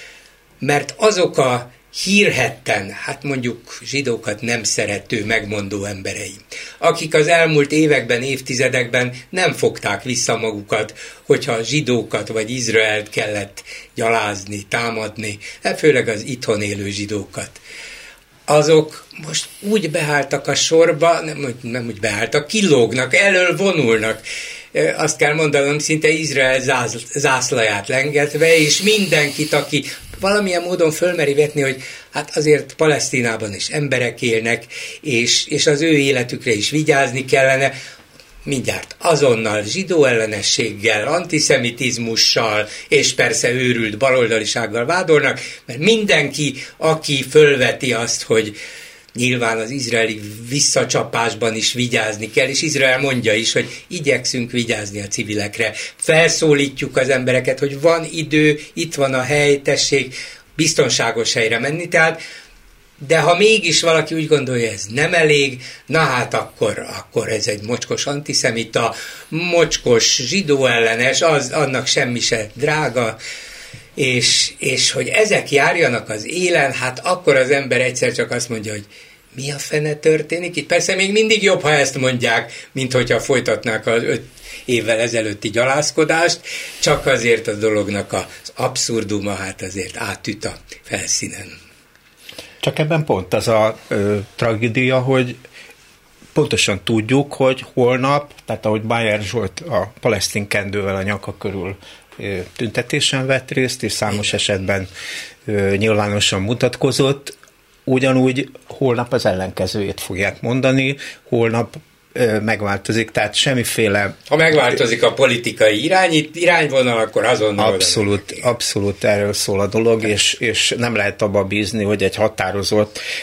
[SPEAKER 4] mert azok a hírhedten, hát mondjuk zsidókat nem szerető, megmondó emberei, akik az elmúlt években, évtizedekben nem fogták vissza magukat, hogyha zsidókat vagy Izraelt kellett gyalázni, támadni, főleg az itthon élő zsidókat. Azok most úgy beálltak a sorba, nem, nem úgy beálltak, kilógnak, elől vonulnak. Azt kell mondanom, szinte Izrael zász, zászlaját lengetve, és mindenkit, aki valamilyen módon fölmeri vetni, hogy hát azért Palesztinában is emberek élnek, és, és az ő életükre is vigyázni kellene, mindjárt azonnal zsidó ellenességgel, antiszemitizmussal, és persze őrült baloldalisággal vádolnak, mert mindenki, aki fölveti azt, hogy nyilván az izraeli visszacsapásban is vigyázni kell, és Izrael mondja is, hogy igyekszünk vigyázni a civilekre. Felszólítjuk az embereket, hogy van idő, itt van a hely, tessék biztonságos helyre menni, tehát de ha mégis valaki úgy gondolja, ez nem elég, na hát akkor, akkor ez egy mocskos antiszemita, mocskos zsidó ellenes, az, annak semmi se drága, és, és hogy ezek járjanak az élen, hát akkor az ember egyszer csak azt mondja, hogy mi a fene történik itt? Persze még mindig jobb, ha ezt mondják, mint hogyha folytatnák az öt évvel ezelőtti gyalázkodást, csak azért a dolognak az abszurduma hát azért átüt a felszínen.
[SPEAKER 5] Csak ebben pont az a ö, tragédia, hogy pontosan tudjuk, hogy holnap, tehát ahogy Bájer Zsolt a palesztin kendővel a nyaka körül ö, tüntetésen vett részt, és számos esetben ö, nyilvánosan mutatkozott, ugyanúgy holnap az ellenkezőjét fogják mondani, holnap ö, megváltozik, tehát semmiféle...
[SPEAKER 4] Ha megváltozik a politikai irányít, irányvonal, akkor azonnal...
[SPEAKER 5] Abszolút, abszolút erről szól a dolog, és, és nem lehet abba bízni, hogy egy határozott,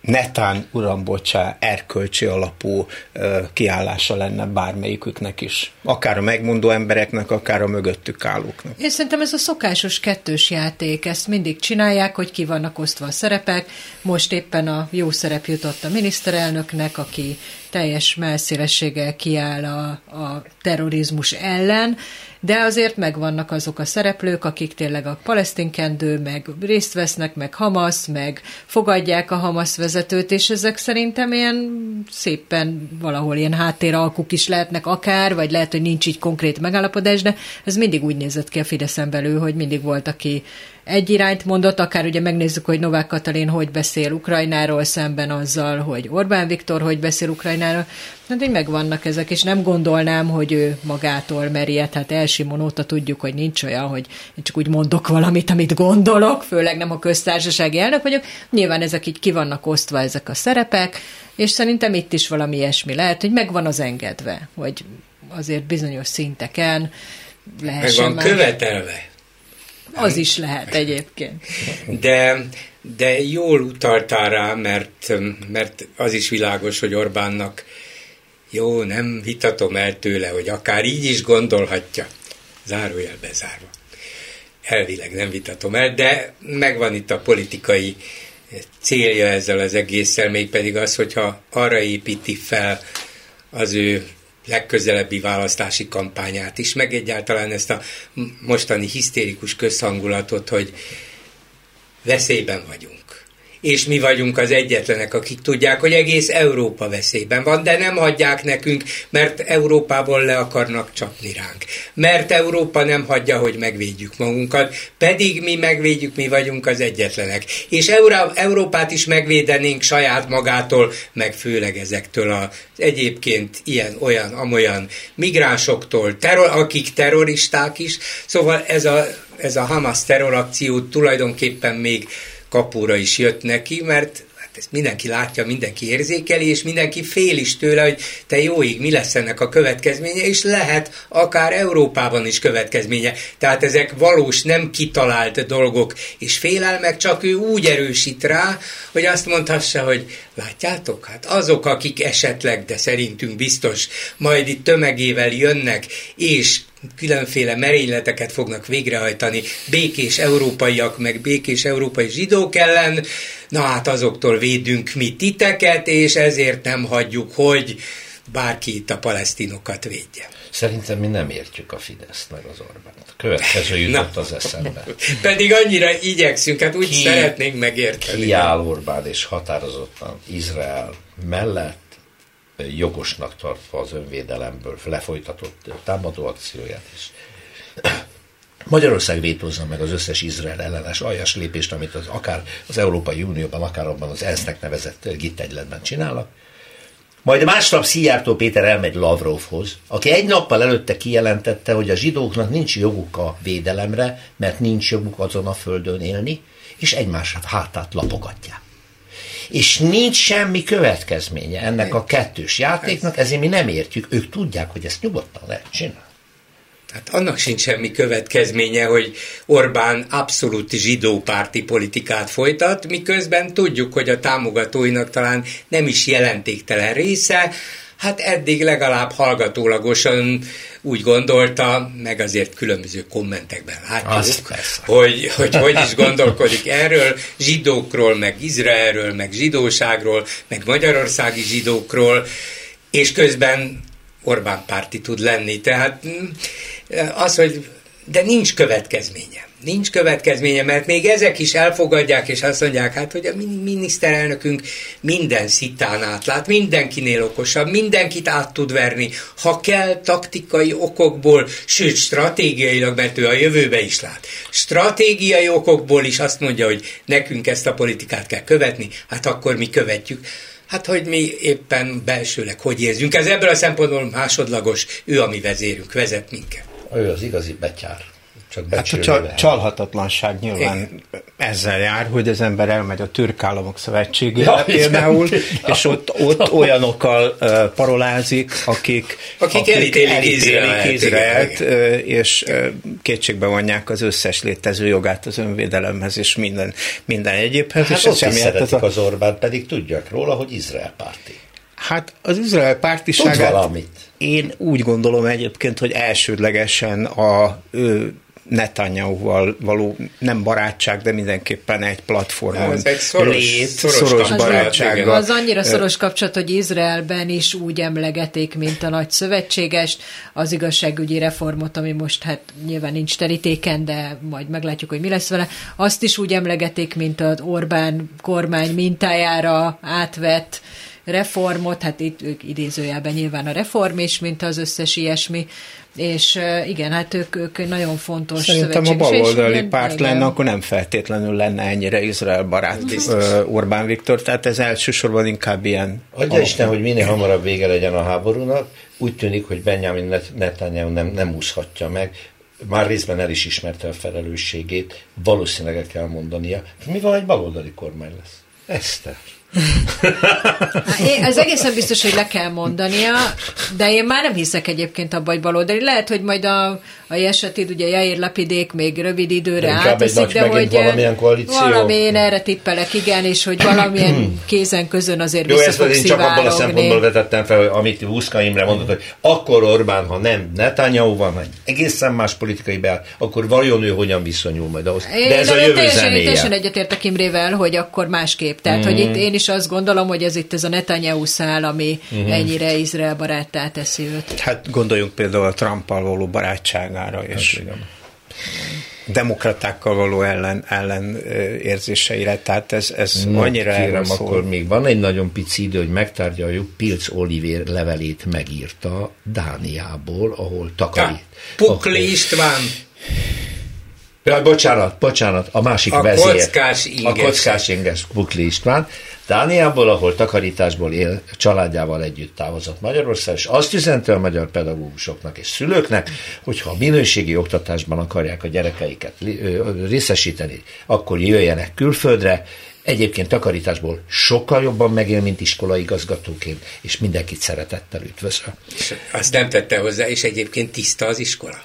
[SPEAKER 5] netán, uram, bocsá, erkölcsi alapú ö, kiállása lenne bármelyiküknek is. Akár a megmondó embereknek, akár a mögöttük állóknak.
[SPEAKER 3] Én szerintem ez a szokásos kettős játék, ezt mindig csinálják, hogy ki vannak osztva a szerepek. Most éppen a jó szerep jutott a miniszterelnöknek, aki teljes mellszélességgel kiáll a, a terrorizmus ellen, de azért megvannak azok a szereplők, akik tényleg a palesztinkendő, meg részt vesznek, meg Hamasz, meg fogadják a Hamasz vezetőt, és ezek szerintem ilyen szépen valahol ilyen háttéralkuk is lehetnek akár, vagy lehet, hogy nincs így konkrét megállapodás, de ez mindig úgy nézett ki a Fideszen belül, hogy mindig volt, aki egy irányt mondott, akár ugye megnézzük, hogy Novák Katalin hogy beszél Ukrajnáról szemben azzal, hogy Orbán Viktor hogy beszél Ukrajnáról. Hát így megvannak ezek, és nem gondolnám, hogy ő magától mer ilyet. Hát Elsimon óta tudjuk, hogy nincs olyan, hogy én csak úgy mondok valamit, amit gondolok, főleg nem a köztársasági elnök vagyok. Nyilván ezek így ki vannak osztva, ezek a szerepek, és szerintem itt is valami ilyesmi lehet, hogy megvan az engedve, hogy azért bizonyos szinteken lehessen
[SPEAKER 4] meg van már követelve.
[SPEAKER 3] Az is lehet egyébként.
[SPEAKER 4] De, de jól utaltál rá, mert, mert az is világos, hogy Orbánnak jó, nem vitatom el tőle, hogy akár így is gondolhatja. Zárójel bezárva. Elvileg nem vitatom el, de megvan itt a politikai célja ezzel az egésszel, mégpedig az, hogyha arra építi fel az ő legközelebbi választási kampányát is, meg egyáltalán ezt a mostani hisztérikus közhangulatot, hogy veszélyben vagyunk. És mi vagyunk az egyetlenek, akik tudják, hogy egész Európa veszélyben van, de nem hagyják nekünk, mert Európából le akarnak csapni ránk. Mert Európa nem hagyja, hogy megvédjük magunkat, pedig mi megvédjük, mi vagyunk az egyetlenek. És Euró- Európát is megvédenénk saját magától, meg főleg ezektől az egyébként ilyen, olyan, amolyan migránsoktól, terror, akik terroristák is. Szóval ez a, ez a Hamas terrorakció tulajdonképpen még kapura is jött neki, mert hát ezt mindenki látja, mindenki érzékeli, és mindenki fél is tőle, hogy te jó ég, mi lesz ennek a következménye, és lehet akár Európában is következménye. Tehát ezek valós, nem kitalált dolgok és félelmek, csak ő úgy erősít rá, hogy azt mondhassa, hogy látjátok, hát azok, akik esetleg, de szerintünk biztos, majd itt tömegével jönnek, és különféle merényleteket fognak végrehajtani békés európaiak, meg békés európai zsidók ellen, na hát azoktól védünk mi titeket, és ezért nem hagyjuk, hogy bárki itt a palesztinokat védje.
[SPEAKER 2] Szerintem mi nem értjük a Fideszt meg az Orbánt. A következő jutott az eszembe.
[SPEAKER 4] Pedig annyira igyekszünk, hát úgy ki, szeretnénk megérteni.
[SPEAKER 2] Kiáll Orbán és határozottan Izrael mellett, jogosnak tartva az önvédelemből lefolytatott támadó akcióját is. Magyarország vétózza meg az összes Izrael ellenes aljas lépést, amit az, akár az Európai Unióban, akár abban az ENSZ-nek nevezett gittegyletben csinálnak. Majd másnap Szijjártó Péter elmegy Lavrovhoz, aki egy nappal előtte kijelentette, hogy a zsidóknak nincs joguk a védelemre, mert nincs joguk azon a földön élni, és egymásra hátát lapogatják. És nincs semmi következménye ennek a kettős játéknak, ezért mi nem értjük, ők tudják, hogy ezt nyugodtan lehet csinálni.
[SPEAKER 4] Hát annak sincs semmi következménye, hogy Orbán abszolút zsidópárti politikát folytat, miközben tudjuk, hogy a támogatóinak talán nem is jelentéktelen része, hát eddig legalább hallgatólagosan úgy gondolta, meg azért különböző kommentekben látjuk, hogy, hogy hogy is gondolkodik erről, zsidókról, meg Izraelről, meg zsidóságról, meg magyarországi zsidókról, és közben Orbán párti tud lenni. Tehát az, hogy de nincs következménye. Nincs következménye, mert még ezek is elfogadják, és azt mondják, hát, hogy a miniszterelnökünk minden szitán átlát, mindenkinél okosabb, mindenkit át tud verni, ha kell taktikai okokból, sőt, stratégiailag, mert ő a jövőbe is lát. Stratégiai okokból is azt mondja, hogy nekünk ezt a politikát kell követni, hát akkor mi követjük. Hát, hogy mi éppen belsőleg hogy érzünk. Ez ebből a szempontból másodlagos, ő a mi vezérünk, vezet minket.
[SPEAKER 2] Ő az igazi betyár.
[SPEAKER 5] Hát a csal- csalhatatlanság nyilván Én. ezzel jár, hogy az ember elmegy a Türk Államok Szövetségére ja, például, és ott, ott olyanokkal uh, parolázik, akik,
[SPEAKER 4] akik, akik elítélik, elítélik
[SPEAKER 5] Izraelt, és uh, kétségbe vonják az összes létező jogát az önvédelemhez, és minden, minden egyébhez.
[SPEAKER 2] Hát
[SPEAKER 5] és
[SPEAKER 2] ott is szeretik a... az Orbán, pedig tudják róla, hogy Izrael párti.
[SPEAKER 5] Hát az Izrael pártiságát én úgy gondolom egyébként, hogy elsődlegesen a ő Netanyahuval való nem barátság, de mindenképpen egy platformon
[SPEAKER 4] ez egy szoros,
[SPEAKER 5] lét,
[SPEAKER 4] szoros,
[SPEAKER 5] szoros barátsággal.
[SPEAKER 3] Az annyira szoros kapcsolat, hogy Izraelben is úgy emlegetik, mint a nagy szövetségest, az igazságügyi reformot, ami most hát nyilván nincs terítéken, de majd meglátjuk, hogy mi lesz vele, azt is úgy emlegetik, mint az Orbán kormány mintájára átvett reformot, hát itt ők idézőjelben nyilván a reform is, mint az összes ilyesmi, és igen, hát ők, ők nagyon fontos
[SPEAKER 5] Szerintem a baloldali párt igen. lenne, akkor nem feltétlenül lenne ennyire Izrael barát Orbán Viktor, tehát ez elsősorban inkább ilyen...
[SPEAKER 2] Adja Isten, hogy minél hamarabb vége legyen a háborúnak, úgy tűnik, hogy Benjamin Netanyahu nem, nem úszhatja meg, már részben el is ismerte a felelősségét, valószínűleg el kell mondania. Mi van, egy baloldali kormány lesz? Eszter.
[SPEAKER 3] Ez egészen biztos, hogy le kell mondania, de én már nem hiszek egyébként abba, hogy baloldali. Lehet, hogy majd a, a esetét, ugye Jair Lapidék még rövid időre átveszik, de hogy
[SPEAKER 2] valamilyen koalíció.
[SPEAKER 3] Valami, én erre tippelek, igen, és hogy valamilyen kézen közön azért
[SPEAKER 2] Jó,
[SPEAKER 3] vissza fog
[SPEAKER 2] én csak abban a szempontból vetettem fel, hogy amit Buszka Imre mondott, hogy akkor Orbán, ha nem Netanyahu van, vagy egészen más politikai beáll, akkor vajon ő hogyan viszonyul majd ahhoz.
[SPEAKER 3] Én
[SPEAKER 2] de ez a jövő
[SPEAKER 3] teljesen,
[SPEAKER 2] zenéje.
[SPEAKER 3] Teljesen egyetértek Imrével, hogy akkor másképp. Tehát, mm. hogy itt én is azt gondolom, hogy ez itt ez a Netanyahu szál, ami mm. ennyire Izrael baráttá teszi őt.
[SPEAKER 5] Hát gondoljunk például a Trumpal való barátságára, és hát, demokratákkal való ellen, ellen érzéseire, tehát ez, ez no, annyira
[SPEAKER 2] kérem,
[SPEAKER 5] szól.
[SPEAKER 2] Akkor még van egy nagyon pici idő, hogy megtárgyaljuk. Pilc Olivér levelét megírta Dániából, ahol takarít.
[SPEAKER 4] Pukli István.
[SPEAKER 2] Ja, bocsánat, bocsánat, a másik
[SPEAKER 4] a
[SPEAKER 2] vezér.
[SPEAKER 4] Kockás inges.
[SPEAKER 2] A kockás inges Pukli István. Dániából, ahol takarításból él, családjával együtt távozott Magyarország, és azt üzente a magyar pedagógusoknak és szülőknek, hogy ha a minőségi oktatásban akarják a gyerekeiket részesíteni, akkor jöjjenek külföldre. Egyébként takarításból sokkal jobban megél, mint iskolaigazgatóként, és mindenkit szeretettel üdvözöl.
[SPEAKER 4] És azt nem tette hozzá, és egyébként tiszta az iskola.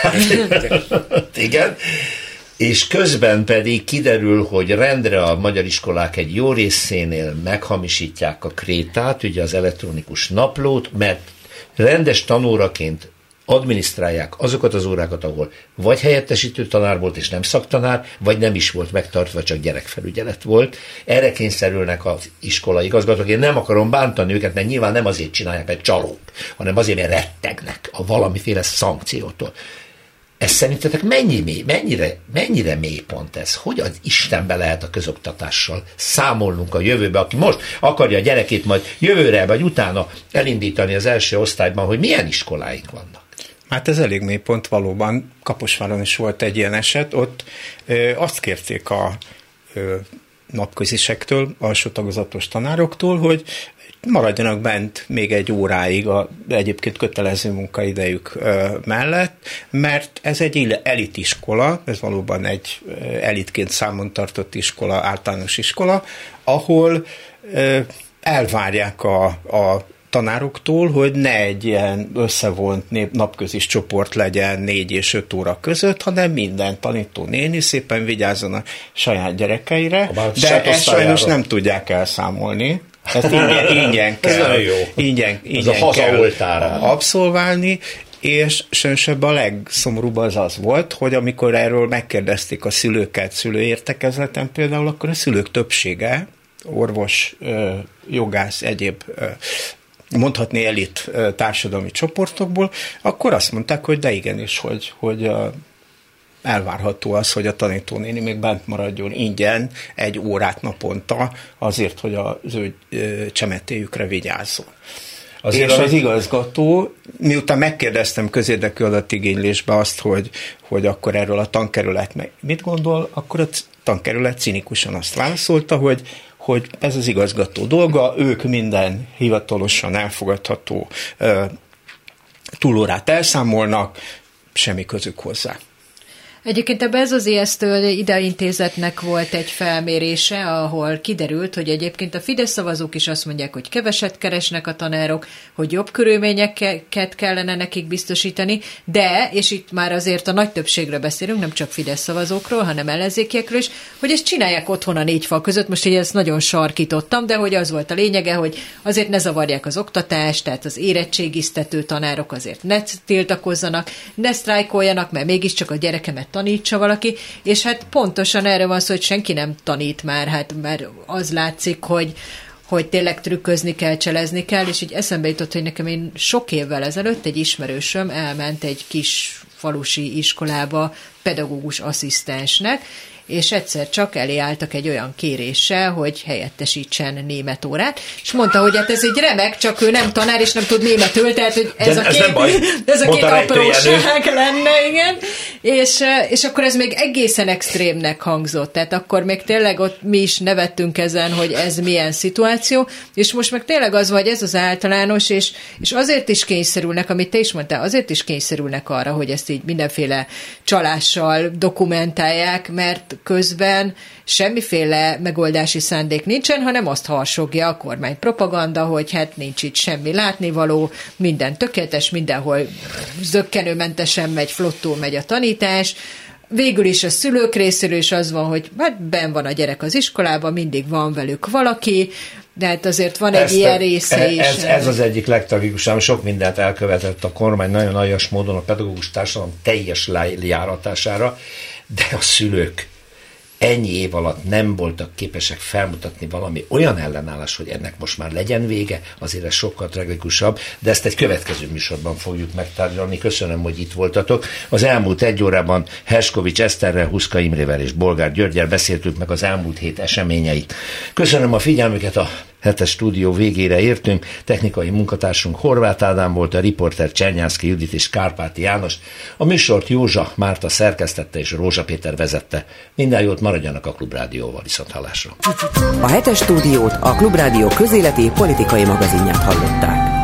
[SPEAKER 2] Igen. És közben pedig kiderül, hogy rendre a magyar iskolák egy jó részénél meghamisítják a krétát, ugye az elektronikus naplót, mert rendes tanóraként adminisztrálják azokat az órákat, ahol vagy helyettesítő tanár volt, és nem szaktanár, vagy nem is volt megtartva, csak gyerekfelügyelet volt. Erre kényszerülnek az iskolai igazgatók. Én nem akarom bántani őket, mert nyilván nem azért csinálják, mert csalók, hanem azért, mert rettegnek a valamiféle szankciótól. Ez szerintetek mennyi mély, mennyire, mennyire mély pont ez? Hogy az Istenbe lehet a közoktatással számolnunk a jövőbe, aki most akarja a gyerekét majd jövőre, vagy utána elindítani az első osztályban, hogy milyen iskoláink vannak?
[SPEAKER 5] Hát ez elég mély pont valóban. Kaposváron is volt egy ilyen eset, ott ö, azt kérték a ö, napközisektől, alsó tagozatos tanároktól, hogy maradjanak bent még egy óráig a egyébként kötelező munkaidejük ö, mellett, mert ez egy elitiskola, ez valóban egy elitként számon tartott iskola, általános iskola, ahol ö, elvárják a, a tanároktól, hogy ne egy ilyen összevont nép, napközis csoport legyen négy és öt óra között, hanem minden tanító néni szépen vigyázzon a saját gyerekeire, de ezt sajnos nem tudják elszámolni. Ezt ingyen, ingyen kell, ingyen, ingyen kell abszolválni, és sajnos ebben a legszomorúbb az az volt, hogy amikor erről megkérdezték a szülőket szülőértekezleten például, akkor a szülők többsége, orvos, jogász, egyéb mondhatni elit társadalmi csoportokból, akkor azt mondták, hogy de igenis, hogy, hogy elvárható az, hogy a tanítónéni még bent maradjon ingyen egy órát naponta azért, hogy az ő csemetéjükre vigyázzon. Azért és az igazgató, miután megkérdeztem közérdekű adatigénylésbe azt, hogy, hogy akkor erről a tankerület mit gondol, akkor a tankerület cinikusan azt válaszolta, hogy hogy ez az igazgató dolga, ők minden hivatalosan elfogadható uh, túlórát elszámolnak, semmi közük hozzá.
[SPEAKER 3] Egyébként ebben ez az ijesztő ideintézetnek volt egy felmérése, ahol kiderült, hogy egyébként a Fidesz szavazók is azt mondják, hogy keveset keresnek a tanárok, hogy jobb körülményeket kellene nekik biztosítani, de, és itt már azért a nagy többségről beszélünk, nem csak Fidesz szavazókról, hanem ellenzékiekről is, hogy ezt csinálják otthon a négy fal között, most így ezt nagyon sarkítottam, de hogy az volt a lényege, hogy azért ne zavarják az oktatást, tehát az érettségiztető tanárok azért ne tiltakozzanak, ne sztrájkoljanak, mert mégiscsak a gyerekemet tanítsa valaki, és hát pontosan erre van szó, hogy senki nem tanít már, hát már az látszik, hogy, hogy tényleg trükközni kell, cselezni kell, és így eszembe jutott, hogy nekem én sok évvel ezelőtt egy ismerősöm elment egy kis falusi iskolába pedagógus asszisztensnek, és egyszer csak elé álltak egy olyan kéréssel, hogy helyettesítsen német órát, és mondta, hogy hát ez egy remek, csak ő nem tanár, és nem tud németül, tehát hogy ez De a két, ez a két apróság lenne, igen. És, és akkor ez még egészen extrémnek hangzott, tehát akkor még tényleg ott mi is nevettünk ezen, hogy ez milyen szituáció, és most meg tényleg az vagy, ez az általános, és, és azért is kényszerülnek, amit te is mondtál, azért is kényszerülnek arra, hogy ezt így mindenféle csalással dokumentálják, mert közben semmiféle megoldási szándék nincsen, hanem azt harsogja a kormány propaganda, hogy hát nincs itt semmi látnivaló, minden tökéletes, mindenhol zökkenőmentesen megy, flottul megy a tanítás. Végül is a szülők részéről is az van, hogy hát benn van a gyerek az iskolában, mindig van velük valaki, de hát azért van egy Ezt ilyen a, része is.
[SPEAKER 2] Ez, ez az egyik legtragikusabb, sok mindent elkövetett a kormány nagyon aljas módon a pedagógus társadalom teljes lejáratására, de a szülők ennyi év alatt nem voltak képesek felmutatni valami olyan ellenállás, hogy ennek most már legyen vége, azért ez sokkal tragikusabb, de ezt egy következő műsorban fogjuk megtárgyalni. Köszönöm, hogy itt voltatok. Az elmúlt egy órában Herskovics Eszterrel, Huszka Imrével és Bolgár Györggyel beszéltük meg az elmúlt hét eseményeit. Köszönöm a figyelmüket, a hetes stúdió végére értünk. Technikai munkatársunk Horváth Ádám volt, a riporter Csernyánszky Judit és Kárpáti János. A műsort Józsa Márta szerkesztette és Rózsa Péter vezette. Minden jót, maradjanak a Klubrádióval, viszonthallásra.
[SPEAKER 1] A hetes stúdiót, a Klubrádió közéleti politikai magazinját hallották.